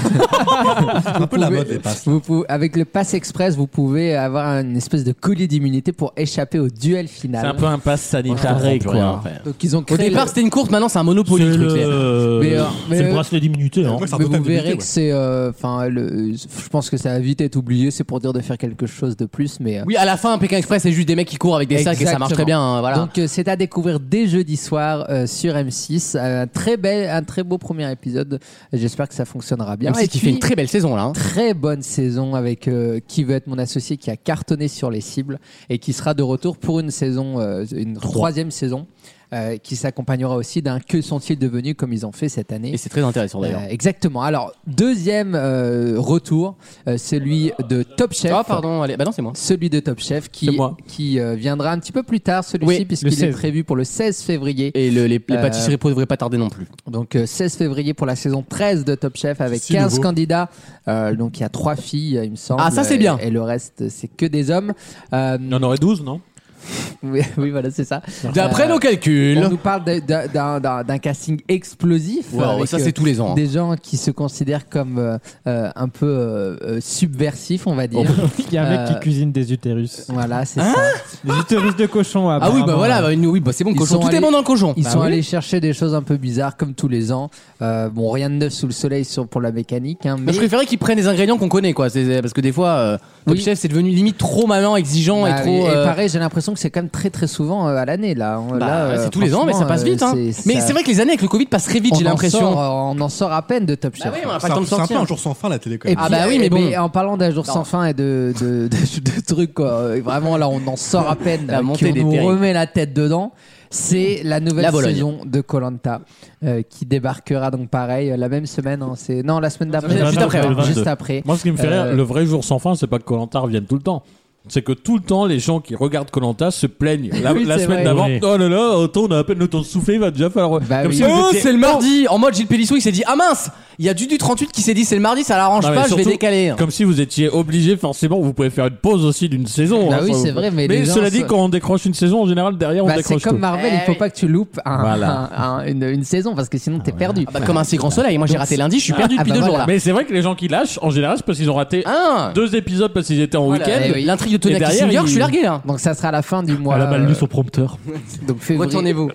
C'est un peu la pouvez- mode, les passes. vous pouvez- avec le Pass Express, vous pouvez avoir une espèce de collier d'immunité pour échapper au duel final. C'est un peu un pass sanitaire, plus rien à quoi. faire. Donc ils ont Au créé. départ, le- c'était une course, maintenant c'est un Monopoly. C'est le truc, le, c'est- euh, Mais, euh, mais, c'est le euh, bracelet d'immunité. Hein. Ouais, c'est un Mais vous totem verrez d'immunité, que ouais. c'est, euh, enfin, le, je pense que ça va vite être oublié. C'est pour dire de faire quelque chose de plus, mais. euh, Oui, à la fin, Pékin Express, c'est juste des mecs qui courent avec des sacs et ça marche très bien. hein, Voilà. Donc euh, c'est à découvrir dès jeudi soir euh, sur M six. Un très bel, un très beau premier épisode. J'espère que ça fonctionnera bien. Même si Et qui puis, fait une très belle saison là. hein. très bonne saison avec euh, Qui veut être mon associé, qui a cartonné sur les cibles et qui sera de retour pour une saison, euh, une troisième saison. Euh, qui s'accompagnera aussi d'un Que sont-ils devenus, comme ils ont fait cette année. Et c'est très intéressant d'ailleurs. Euh, exactement. Alors, deuxième euh, retour, euh, celui de Top Chef. Ah, pardon, allez, bah non, c'est moi. Celui de Top Chef qui, C'est moi. qui euh, viendra un petit peu plus tard, celui-ci, Oui, puisqu'il le est seize. prévu pour le seize février. Et le- les, les Euh, pâtisseries pro devraient pas tarder non plus. Donc euh, seize février pour la saison treize de Top Chef avec Si quinze nouveau. candidats. Euh, donc il y a trois filles, il me semble. Ah, ça, c'est Et- bien. Et le reste, c'est que des hommes. Euh, Il y en aurait douze, non? oui, oui, voilà, c'est ça. D'après Euh, nos calculs. On nous parle de- de- d'un d'un- d'un casting explosif. Ouais, avec, ça, c'est euh, tous les ans. hein. Des gens qui se considèrent comme euh, euh, un peu euh, euh, subversifs, on va dire. Il y a un mec Euh, qui cuisine des utérus. Voilà, c'est Hein ça. Des utérus de cochon. Ah oui, bah voilà, bah, une- oui, bah, c'est bon, Ils cochon. sont Tout est allés- bon dans le cochon. Ils Bah sont oui. allés chercher des choses un peu bizarres comme tous les ans. Euh, bon, rien de neuf sous le soleil sur, pour la mécanique. Hein, Moi, mais je préférais qu'ils prennent des ingrédients qu'on connaît, quoi. C'est- Parce que des fois, euh, Top Oui. Chef, c'est devenu limite trop maintenant exigeant Bah et oui, trop. et euh, pareil, j'ai l'impression que c'est quand même très très souvent euh, à l'année là. bah, Là, euh, c'est tous les ans, mais ça passe vite. Hein. franchement, c'est- Mais ça- c'est vrai que les années avec le Covid passent très vite, on j'ai en l'impression. sort, euh, on en sort à peine de Top Chef. Bah oui, on a pas C'est le temps un de c'est un peu sortir. un jour sans fin, la télé, quand Et même. Ah puis, bah oui, mais eh bon. ben, en parlant d'un jour Non. sans fin et de, de, de, de trucs, quoi, et vraiment là, on en sort à peine. La euh, montée qu'on des nous terribles. remet la tête dedans. C'est la nouvelle La Bologne. saison de Koh-Lanta euh, qui débarquera donc pareil euh, la même semaine. Hein, c'est non la semaine d'après. Juste Juste après, après. le Juste vingt-deux. après. Moi, ce qui me fait Euh, rire, le vrai jour sans fin, c'est pas que Koh-Lanta revienne tout le temps. C'est que tout le temps, les gens qui regardent Koh-Lanta se plaignent. La, Oui, la c'est semaine vrai. d'avant, Oui. oh là là, attends, on a à peine le temps de souffler, il va déjà falloir. Bah Comme oui. si vous Oh, étiez- c'est le mardi. En mode Gilles Pélissou, il s'est dit ah mince, il y a Dudu trente-huit qui s'est dit c'est le mardi, ça l'arrange Non, mais pas, je vais surtout, décaler. Comme si vous étiez obligé, forcément, vous pouvez faire une pause aussi d'une saison. Bah hein, oui, faut- c'est vrai, mais les gens cela dit, se- quand on décroche une saison, en général, derrière, on Bah, c'est décroche comme tout. Marvel, il Eh faut oui. pas que tu loupes un- Voilà. un- un- une, une saison parce que sinon t'es perdu. Ah bah, comme un si grand soleil. Moi j'ai Donc, raté lundi, je suis perdu Ah, depuis bah deux voilà. jours là. Mais c'est vrai que les gens qui lâchent, en général, c'est parce qu'ils ont raté Ah. deux épisodes parce qu'ils étaient en Voilà, week-end. eh oui. L'intrigue de Tony Et derrière, Kissinger, il- je suis largué là. Donc ça sera la fin du mois. Elle a mal lu euh, son prompteur. donc février. Retournez-vous.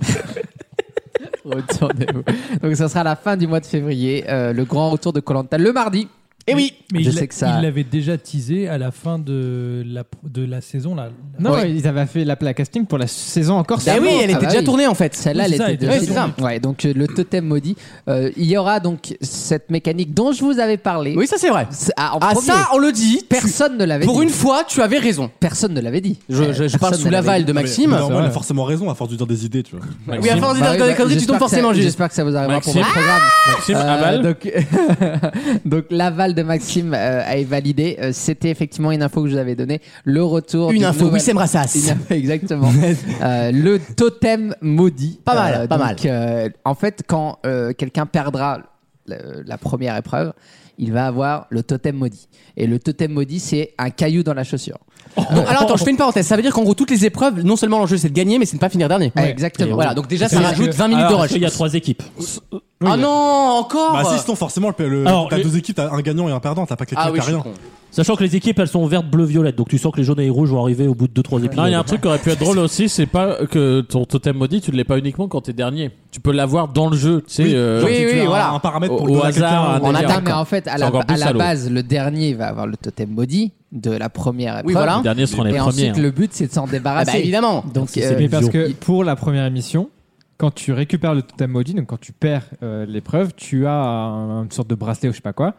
Retournez-vous. Donc ça sera la fin du mois de février, euh, le grand retour de Koh-Lanta le mardi. Et oui. Mais Je il sais l'a- que ça- il l'avait déjà teasé à la fin de la, de la saison. Là. Non, Ouais. ils avaient fait la, la casting pour la saison encore. Eh oui, elle Ah était bah déjà oui. tournée en fait. Celle-là, Oui, elle c'est ça, était elle déjà était déjà tournée. Ouais, donc euh, le totem maudit. Euh, il y aura donc cette mécanique dont je vous avais parlé. Oui, ça c'est vrai. C'est- Ah, en Ah premier. ça, on le dit. Personne ne l'avait Pour dit. une fois, tu avais raison. Personne ne l'avait dit. Je, je- je Personne parle ne sous l'avait l'aval dit. de Mais- Maxime. mais Normal, vrai. il a forcément raison à force de dire des idées, tu vois. Oui, à force de Bah dire oui, des bah, conneries, tu tombes j'espère que ça- forcément juste. J'espère que ça vous arrivera pour Maxime. votre programme. Maxime, Euh, aval. donc, donc l'aval de Maxime euh, est validé. Euh, C'était effectivement une info que je vous avais donnée. Le retour. Une d'une info, nouvelle- Wissem Rassas. Une info, exactement. Euh, le totem maudit. Pas mal, pas donc, euh, en fait, quand euh, quelqu'un perdra le- la première épreuve, il va avoir le totem maudit. Et le totem maudit, c'est un caillou dans la chaussure. Bon, alors attends, je fais une parenthèse. Ça veut dire qu'en gros, toutes les épreuves, non seulement l'enjeu c'est de gagner, mais c'est de pas finir dernier. Ouais, exactement. Voilà, donc déjà ça C'est- rajoute vingt minutes Alors, de rush. Il y a trois équipes. Ah non, encore Bah si, sinon forcément, le, le- Alors, t'as les- deux équipes, t'as un gagnant et un perdant, t'as pas quelqu'un Ah qui oui, a je suis rien. con. Sachant que les équipes elles sont vertes, bleu, violette. Donc tu sens que les jaunes et les rouges vont arriver au bout de deux trois épisodes. Non, il y a un truc qui aurait pu être drôle aussi, c'est pas que ton totem maudit, tu ne l'es pas uniquement quand t'es dernier. Tu peux l'avoir dans le jeu, tu sais. Oui, euh, genre, oui, si tu oui, as un- voilà. un paramètre pour Au- le au donner à hasard, quelqu'un. un On délire. attend, Non, mais en fait, à C'est la, encore plus à la salaud. base, le dernier va avoir le totem maudit de la première épreuve. Oui, voilà. Les derniers seront les Et premiers. ensuite, hein. le but, c'est de s'en Ah débarrasser. bah évidemment. Donc, Si euh, c'est Mais parce Bio. que pour la première émission, quand tu récupères le totem maudit, donc quand tu perds euh, l'épreuve, tu as un- une sorte de bracelet ou je sais pas quoi.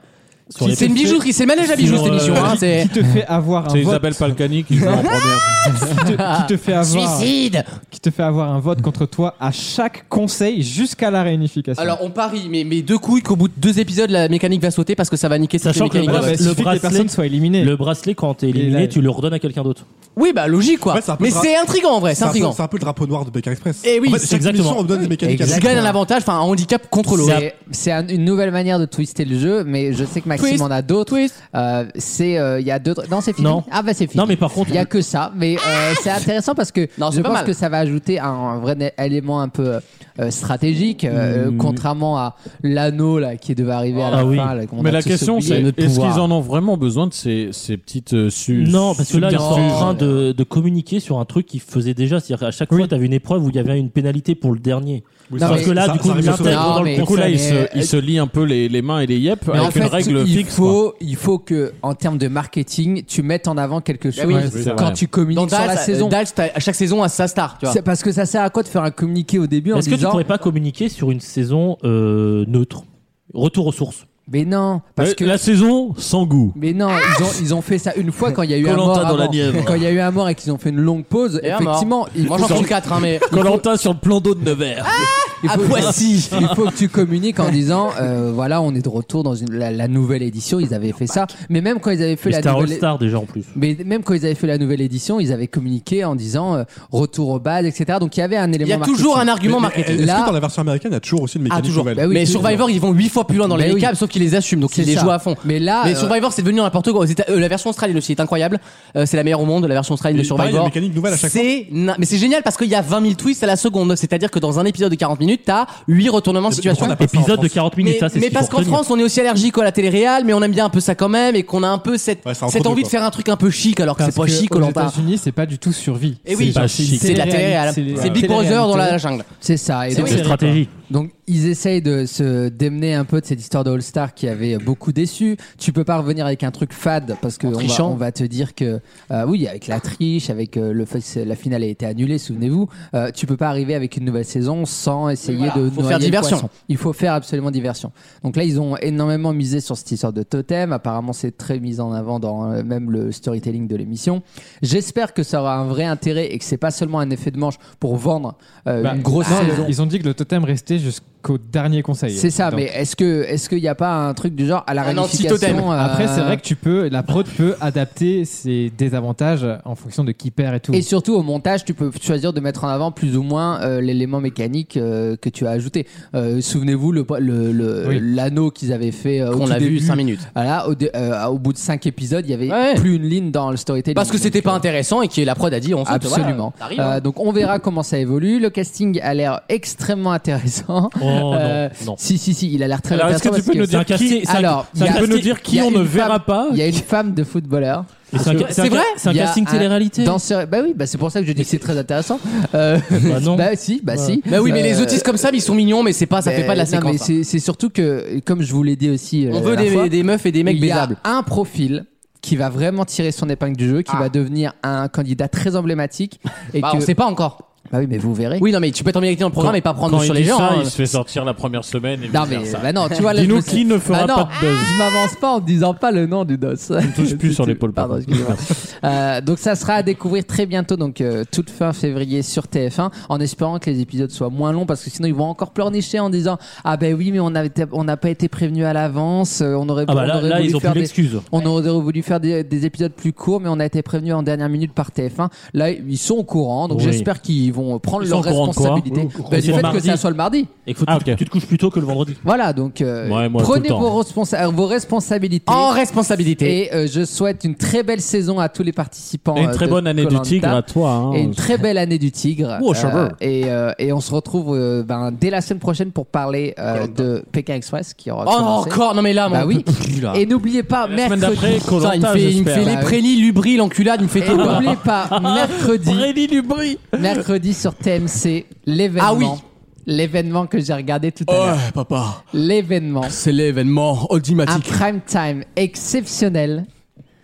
Sur les C'est une P C. bijouterie, c'est le manège à bijoux Sur, cette émission. euh, hein, c'est... Qui te fait avoir un C'est vote. Isabelle Palcani qui joue en première. qui, te, qui te fait avoir. Suicide. Qui te fait avoir un vote contre toi à chaque conseil jusqu'à la réunification. Alors on parie, mais, mais deux couilles qu'au bout de deux épisodes la mécanique va sauter parce que ça va niquer toutes les Sachant que le, mécaniques. Ouais, bras- bah, il le suffit que les bracelet, personnes soient éliminées. le bracelet, quand t'es éliminé, Et là- tu le redonnes à quelqu'un d'autre. Oui, bah logique quoi. Ouais, c'est un peu mais dra- c'est intriguant en vrai, c'est C'est un, peu, intriguant. c'est un peu le drapeau noir de Pékin Express. Eh oui, en fait, c'est chaque exactement. émission, on donne des mécaniques à Tu chaque gagnes un fois. avantage, enfin un handicap contre l'autre. C'est, c'est un- une nouvelle manière de twister le jeu, mais je sais que Maxime Twist. en a d'autres. Euh, c'est euh, il y a deux. Non, c'est fini. Non. Ah bah c'est fini. Non, mais par contre, il y a que ça. Mais euh, c'est intéressant parce que Non, c'est je pas pense mal. que ça va ajouter un, un vrai né- élément un peu euh, stratégique, euh, Mm. contrairement à l'anneau là qui devait arriver à la Ah oui. fin. Là, qu'on Mais a la tous question, oublié. c'est notre est-ce pouvoir. qu'ils en ont vraiment besoin de ces, ces petites euh, su- non, parce que là, ils sont en subterfuges train de, de communiquer sur un truc qu'ils faisaient déjà. C'est-à-dire qu'à chaque fois, tu avais une épreuve où il y avait une pénalité pour le dernier. Oui, Non, ça- Parce que là, ça- du coup, ça ils arrive souvent. l'intègrent Non, dans le mais- Du coup, là, Mais- ils se, ils se lient un peu les, les mains et les yep Mais en avec une fait, règle il fixe. quoi. faut, il faut que, en termes de marketing, tu mettes en avant quelque chose oui, c'est quand vrai. tu Dans communiques sur la Dals, saison. Dals, t'as- à chaque saison a sa star, tu vois. C'est parce que ça sert à quoi de faire un communiqué au début en Est-ce que tu disant pourrais pas communiquer sur une saison euh, neutre? Retour aux sources. mais non parce Ouais, que La saison sans goût. mais non ils ont ils ont fait ça une fois quand il y a eu un Koh-Lanta mort dans la avant. Nièvre. Quand il y a eu un mort et qu'ils ont fait une longue pause Et un effectivement il Moi faut, j'en prends quatre, hein, mais. Koh-Lanta sur le plan d'eau de Nevers. il À faut- Poissy. il faut que tu communiques en disant euh, voilà on est de retour dans une, la, la nouvelle édition ils avaient fait ça mais même quand ils avaient fait Mais la C'était un nouvelle All-Star déjà en plus. mais même quand ils avaient fait la nouvelle édition ils avaient communiqué en disant euh, retour aux bases etc donc il y avait un élément Il y a toujours un marketing. argument Mais- marketing. Est-ce Là- que dans la version américaine, il y a toujours aussi une Ah, mécanique toujours. nouvelle Bah oui, mais toujours. Survivor, ils vont huit fois plus loin dans les Bah oui. recaps, sauf qu'ils les assument, donc C'est ils les ça. jouent à fond. mais là Mais euh, Survivor, c'est devenu n'importe quoi. Aux États- euh, la version australienne aussi est incroyable. Euh, c'est la meilleure au monde, la version australienne de Et pareil, il y a Survivor. une mécanique nouvelle à chaque c'est na- mais c'est génial parce qu'il y a vingt mille twists à la seconde. C'est-à-dire que dans un épisode de quarante minutes, t'as huit retournements de Mais situation. pourquoi on a pas ça en Épisode de France quarante minutes, Mais, ça c'est mais ce qu'il parce faut qu'en retenir. France, on est aussi allergique à la télé-réal, mais on aime bien un peu ça quand même, et qu'on a un peu cette, Ouais, c'est un cette trop envie peu, de faire un truc un peu chic, alors que Parce c'est pas que chic, aux Koh-Lanta. États-Unis, c'est pas du tout survie. Et oui, C'est pas c'est- chic. c'est de la télé-réal. c'est les- C'est Big Brother dans la jungle. c'est ça et C'est donc, oui. C'est stratégique. donc ils essayent de se démener un peu de cette histoire de All-Star qui avait beaucoup déçu. Tu peux pas revenir avec un truc fade parce que En on va, trichant. on va te dire que euh, oui avec la triche, avec euh, le fait que la finale a été annulée, souvenez-vous. Euh, tu peux pas arriver avec une nouvelle saison sans essayer Voilà, de faut noyer faire le diversion. poisson. Il faut faire absolument diversion. Donc là ils ont énormément misé sur cette histoire de totem. Apparemment c'est très mis en avant dans euh, même le storytelling de l'émission. J'espère que ça aura un vrai intérêt et que c'est pas seulement un effet de manche pour vendre euh, Bah, une grosse non, saison. Ils ont dit que le totem restait jusqu'au dernier conseil. C'est ça, Donc, mais est-ce que est-ce qu'il n'y a pas un truc du genre à la Un réunification anti-totem. euh, Après, c'est vrai que tu peux, la prod peut adapter ses désavantages en fonction de qui perd et tout. Et surtout au montage, tu peux choisir de mettre en avant plus ou moins euh, l'élément mécanique euh, que tu as ajouté. Euh, Souvenez-vous le le- le- Oui. l'anneau qu'ils avaient fait euh, au Qu'on tout a vu début. cinq minutes. Voilà, au, dé- euh, au bout de cinq épisodes, il y avait Ouais. plus une ligne dans le storytelling. Parce que c'était Donc, pas euh, intéressant et que la prod a dit on saute. Absolument. Voilà, t'arrives, Euh, hein. donc on verra comment ça évolue. Le casting a l'air extrêmement intéressant. Oh non, Euh, non. Si si si, il a l'air très Alors, est-ce que intéressant. tu peux parce nous C'est un dire qui, casting- c'est un- Alors, c'est un il y a- tu peux nous casting- dire il y qui a on ne une verra femme- pas Il y a une femme de footballeur. Mais c'est un, C'est c'est un- vrai c'est un Il y a casting un télé-réalité. danseur- Bah oui, bah c'est pour ça que je dis que c'est très intéressant. Euh, Bah non. bah si, bah si. Bah oui, mais les Euh, autistes comme ça, ils sont mignons, mais c'est pas, ça mais- fait pas de la non, mais séquence. hein. c'est c'est surtout que, comme je vous l'ai dit aussi, euh, On la veut dernière des, fois, des meufs et des mecs il y a baisables. un profil qui va vraiment tirer son épingle du jeu, qui Ah. va devenir un candidat très emblématique. Et Bah, que... on sait pas encore. Bah oui, mais vous verrez. Oui, non, mais tu peux être en minorité dans le programme et pas prendre Quand sur il les dit gens. ça, hein. il se fait sortir la première semaine et Non vice mais versa. bah non, tu vois là, Dis-nous je me suis- qui ne fera Bah non, pas de buzz. Je m'avance pas en disant pas le nom du dos. Ne touche plus sur l'épaule, Pardon, pardon. excusez-moi. Euh, donc ça sera à découvrir très bientôt, donc euh, toute fin février sur T F un, en espérant que les épisodes soient moins longs parce que sinon ils vont encore pleurnicher en disant ah ben oui mais on avait on n'a pas été prévenu à l'avance, euh, on aurait Ah bah on là, aurait là voulu ils ont faire plus des- l'excuse. on aurait voulu faire des, des épisodes plus courts, mais on a été prévenu en dernière minute par T F un. Là, ils sont au courant, donc Oui. j'espère qu'ils vont prendre Ils leur sont au courant de quoi responsabilité. Oui, au courant. Bah, C'est du le fait mardi. que ça soit le mardi. Et que faut Ah, que tu- ok. tu te couches plus tôt que le vendredi. Voilà, donc euh, Ouais, moi, tout prenez le temps. vos, responsa- vos responsabilités. En responsabilité. Et euh, je souhaite une très belle saison à tous les participants. Et une euh, très de bonne année du Koh-Lanta. tigre à toi. hein. Et une très belle année du tigre. Oh, cheveux. et, euh, et on se retrouve euh, ben, dès la semaine prochaine pour parler euh, de Pékin Express qui aura Oh, commencé. encore. Non, mais là, moi, Bah on oui. peut plus, là. Et n'oubliez pas, La semaine mercredi. d'après, Putain, il me Koh-Lanta, fait, il me j'espère. fait les Bah oui. prélis, l'ubri, l'enculade, il me fait Et tout. quoi. n'oubliez pas, mercredi, Aurélie Lubry. mercredi sur T M C, l'événement. Ah oui. L'événement que j'ai regardé tout à l'heure. Ouais, papa. L'événement. C'est l'événement Un ultimatique. prime time exceptionnel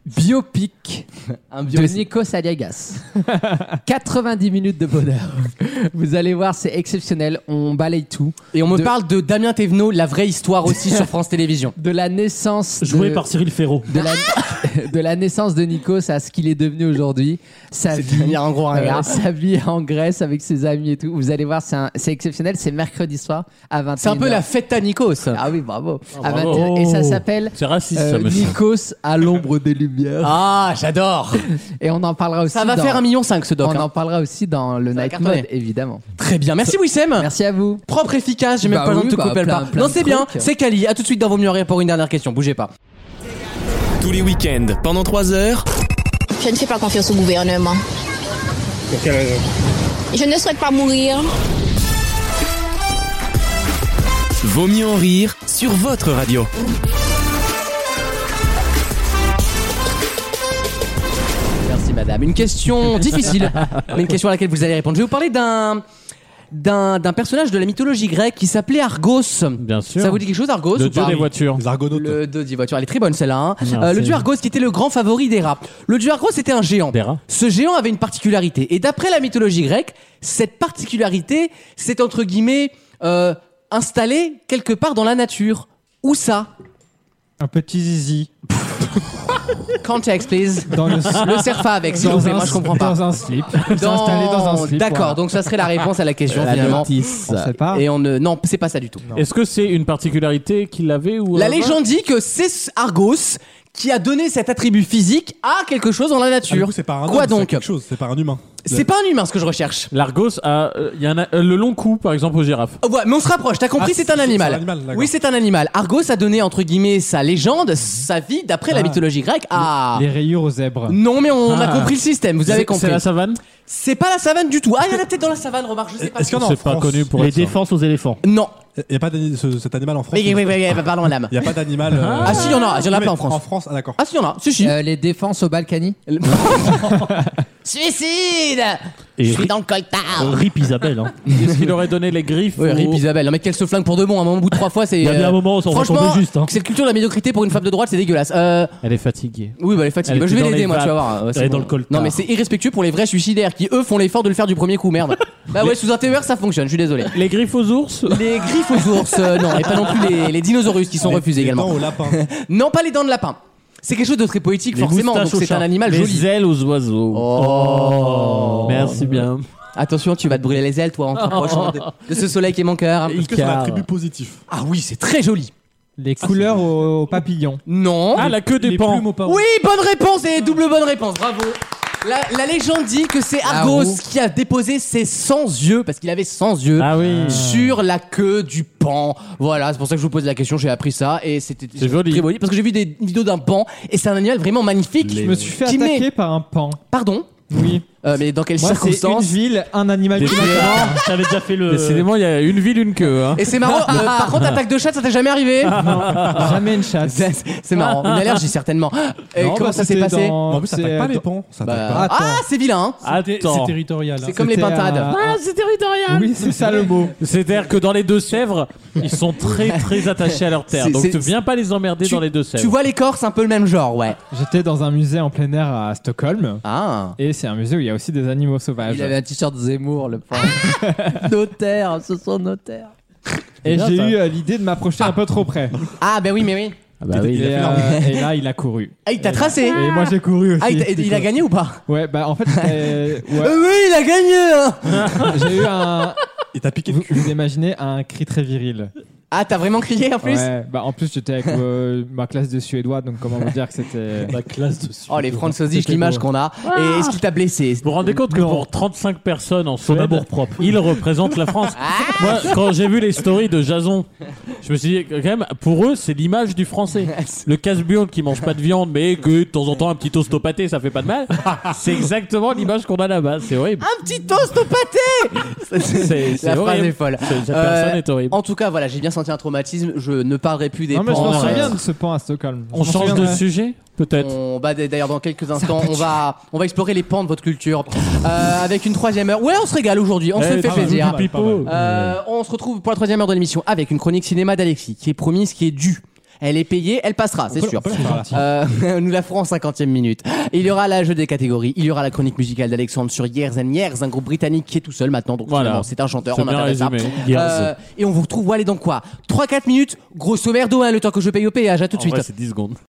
Biopic Un de bio- Nikos Aliagas. quatre-vingt-dix minutes de bonheur. Vous allez voir, c'est exceptionnel. On balaye tout. Et on me De- parle de Damien Thévenot, la vraie histoire aussi sur France Télévisions. De la naissance. Joué de... par Cyril Ferraud. de la, de la naissance de Nikos à ce qu'il est devenu aujourd'hui, sa C'est vie, devenir un gros ringard. euh, sa vie en Grèce avec ses amis et tout. Vous allez voir, c'est, un- c'est exceptionnel. C'est mercredi soir à vingt et une heures. C'est un peu la fête à Nikos. Ah oui, bravo. Oh, À bravo. vingt et une heures. Et ça s'appelle C'est raciste, euh, ça, monsieur. Nikos à l'ombre des lumières. Ah, j'adore. Et on en parlera aussi. Ça va dans- faire un million cinq ce doc. On hein. en parlera aussi dans le va Night cartonner. Mode, évidemment. Très bien. Merci Wissem. Merci à vous. Propre, efficace. J'ai même Bah pas besoin oui, de te bah, couper le plein- pas. plein Non, de c'est bien. trucs. C'est Kali. À tout de suite dans Vaut mieux rire pour une dernière question. Bougez pas. Tous les week-ends, pendant trois heures, Je ne fais pas confiance au gouvernement. Pour quelle raison? Je ne souhaite pas mourir. Vaut mieux en rire sur votre radio. Merci madame. Une question difficile, mais une question à laquelle vous allez répondre. Je vais vous parler d'un d'un d'un personnage de la mythologie grecque qui s'appelait Argos. Bien sûr. Ça vous dit quelque chose, Argos Le ou dieu pas des voitures. Les Argonautes. Le dieu des voitures. Elle est très bonne celle-là. hein. Merci. Euh, le dieu Argos qui était le grand favori des rats. Le dieu Argos était un géant. Des rats. Ce géant avait une particularité. Et d'après la mythologie grecque, cette particularité s'est entre guillemets euh, installée quelque part dans la nature. Où ça? Un petit zizi. Context, please. Dans le, Le serfa avec, s'il dans vous plaît. un- Moi, je comprends pas. Dans un slip. Dans- C'est installé dans un slip. D'accord, voilà. donc ça serait la réponse à la question finalement. On sait pas. Et on ne... Non, c'est pas ça du tout. Est-ce que c'est une particularité qu'il avait ou La euh, légende dit que c'est Argos qui a donné cet attribut physique à quelque chose dans la Ah, du nature. coup, c'est pas un Quoi homme, donc c'est quelque chose, c'est pas un humain. C'est pas un humain ce que je recherche. L'Argos a, euh, il y a un, euh, le long cou par exemple aux girafes. Oh, ouais, mais on se rapproche, t'as compris, Ah, c'est un c'est- animal. c'est un animal, d'accord. Oui, c'est un animal. Argos a donné entre guillemets sa légende, sa vie d'après la Ah. mythologie grecque à... Les rayures aux zèbres. Non, mais on a Ah. compris le système, vous avez C'est- compris. C'est la savane. C'est pas la savane du tout. Ah, il y en a peut-être dans la savane, remarque, je sais pas. Est-ce qu'il y en a en C'est pas France? connu pour Les être ça. défenses aux éléphants. Non. Il n'y a pas d'ani- ce- cet animal en France? Oui, oui, oui, oui, pardon, madame. Il n'y a pas d'animal. euh, Ah si, il y en a, il y en a mais plein en France. En France, ah d'accord. Ah si, il y en a, si, si. Euh, les défenses au Balkany. Suicide. Et Je suis ri- dans le coltard. Rip Isabelle. Hein. Est-ce qu'il aurait donné les griffes Oui, au- rip Isabelle. Non, mais qu'elle se flingue pour de bon. À un moment, au bout de trois fois, c'est. Il y a bien euh, un moment où on s'en Franchement, retombait juste. Hein. c'est la culture de la médiocrité pour une femme de droite, c'est dégueulasse. Euh, Elle est fatiguée. oui, bah elle est fatiguée. Elle Bah, je était vais dans l'aider, les moi, tu vas vapes. voir. Ouais, c'est Elle est dans le coltard. Non, mais c'est irrespectueux pour les vrais suicidaires qui, eux, font l'effort de le faire du premier coup, merde. Bah ouais, sous un T E R, ça fonctionne, je suis désolé. Les griffes aux ours. Les griffes aux ours, euh, non, et pas non plus les, les dinosaures qui sont Les- refusés les également. dents au lapin. Non, pas les dents de lapin. C'est quelque chose de très poétique, Les forcément, donc moustaches au c'est chat. un animal Les joli. ailes aux oiseaux. Oh. Merci bien. Attention, tu vas te brûler les ailes, toi, en te rapprochant de, de ce soleil qui est mon cœur. Est-ce que c'est un Icar. attribut positif? Ah oui, c'est très joli. Les couleurs aux, aux papillons. Non. Ah, la queue des Les pans. plumes au pas. Oui, bonne réponse et double bonne réponse, bravo. La, la légende dit que c'est Argos roue. qui a déposé ses cent yeux, parce qu'il avait cent yeux, Ah oui. sur la queue du pan. Voilà, c'est pour ça que je vous pose la question, j'ai appris ça et c'était C'est joli. très joli. Parce que j'ai vu des vidéos d'un pan et c'est un animal vraiment magnifique. Je me suis fait Qui met- attaquer par un pan. Pardon Oui. Euh, Mais dans quelles Moi, c'est une circonstances ville, un animal qui Décidément. m'attaque. T'avais déjà fait le. Décidément, il y a une ville, une queue. Hein. Et c'est marrant, euh, par contre, attaque de chat, ça t'est jamais arrivé Jamais une chasse. C'est c'est marrant, une allergie certainement. Et Non, comment bah, ça s'est c'était passé dans- En plus, ça c'est- attaque pas les dans- pans. Ça Bah, attaque pas. Attends. Ah, c'est vilain. hein. C'est Attends. territorial. hein. C'est comme les C'était pintades. à- Ah, c'est territorial. Oui, c'est ça le mot. C'est-à-dire que dans les Deux-Sèvres, ils sont très très attachés à leur terre. C'est- Donc c'est- tu viens pas les emmerder Tu- dans les Deux-Sèvres. Tu vois les corps, c'est un peu le même genre, ouais. J'étais dans un musée en plein air à Stockholm. Ah. Et c'est un musée où il y a aussi des animaux sauvages. Il avait un t-shirt Zemmour, le pauvre. Notaire, ce sont notaires. Et bien, j'ai ça. eu euh, l'idée de m'approcher un peu trop près. Ah, ben oui, mais oui. Ah bah oui. Et, euh, et là, il a couru. Ah, il t'a tracé. Et moi, j'ai couru aussi. Ah, il, t'a- il a gagné ou pas Ouais, bah en fait, c'était- ouais. Euh, Oui, il a gagné. hein. J'ai eu un. Il t'a piqué le Vous, cul. vous imaginez un cri très viril. Ah, t'as vraiment crié en plus. Ouais, bah en plus j'étais avec euh, ma classe de suédois, donc comment vous dire que c'était. La classe dessus. Oh, les Franzosich, C'était l'image beau. qu'on a. Et est-ce qu'il t'a blessé Vous vous rendez compte que Non. pour trente-cinq personnes en Son Suède, amour propre. il représente la France. Moi, quand j'ai vu les stories de Jason, je me suis dit, quand même, pour eux, c'est l'image du français. Le casse-buon qui mange pas de viande, mais que de temps en temps, un petit toast au pâté, ça fait pas de mal. C'est exactement l'image qu'on a là-bas. C'est horrible. Un petit toast au pâté. C'est c'est La phrase horrible. est folle. C'est- Cette Euh, personne est horrible. En tout cas, voilà, j'ai bien senti un traumatisme. Je ne parlerai plus des Non, mais je pans, m'en euh, souviens de ce pan à Stockholm. On Je m'en change de souviendrai. sujet, peut-être. On va d'ailleurs dans quelques instants, on va, on va explorer les pans de votre culture euh, avec une troisième heure. Ouais, on se régale aujourd'hui, on se Eh, fait pas mal, plaisir. du pipeau. Euh, on se retrouve pour la troisième heure de l'émission avec une chronique cinéma d'Alexis qui est promise, qui est due. Elle est payée, elle passera, c'est peut- sûr. on peut la faire, là. Euh, nous la ferons en cinquantième minute. Il y aura la jeu des catégories, il y aura la chronique musicale d'Alexandre sur Years and Years, un groupe britannique qui est tout seul maintenant, donc Voilà. finalement, c'est un chanteur, C'est on bien appelle ça. résumé. Euh, et on vous retrouve, allez donc quoi trois quatre minutes, grosso merdo, hein, le temps que je paye au péage, à tout de En suite. vrai, c'est dix secondes.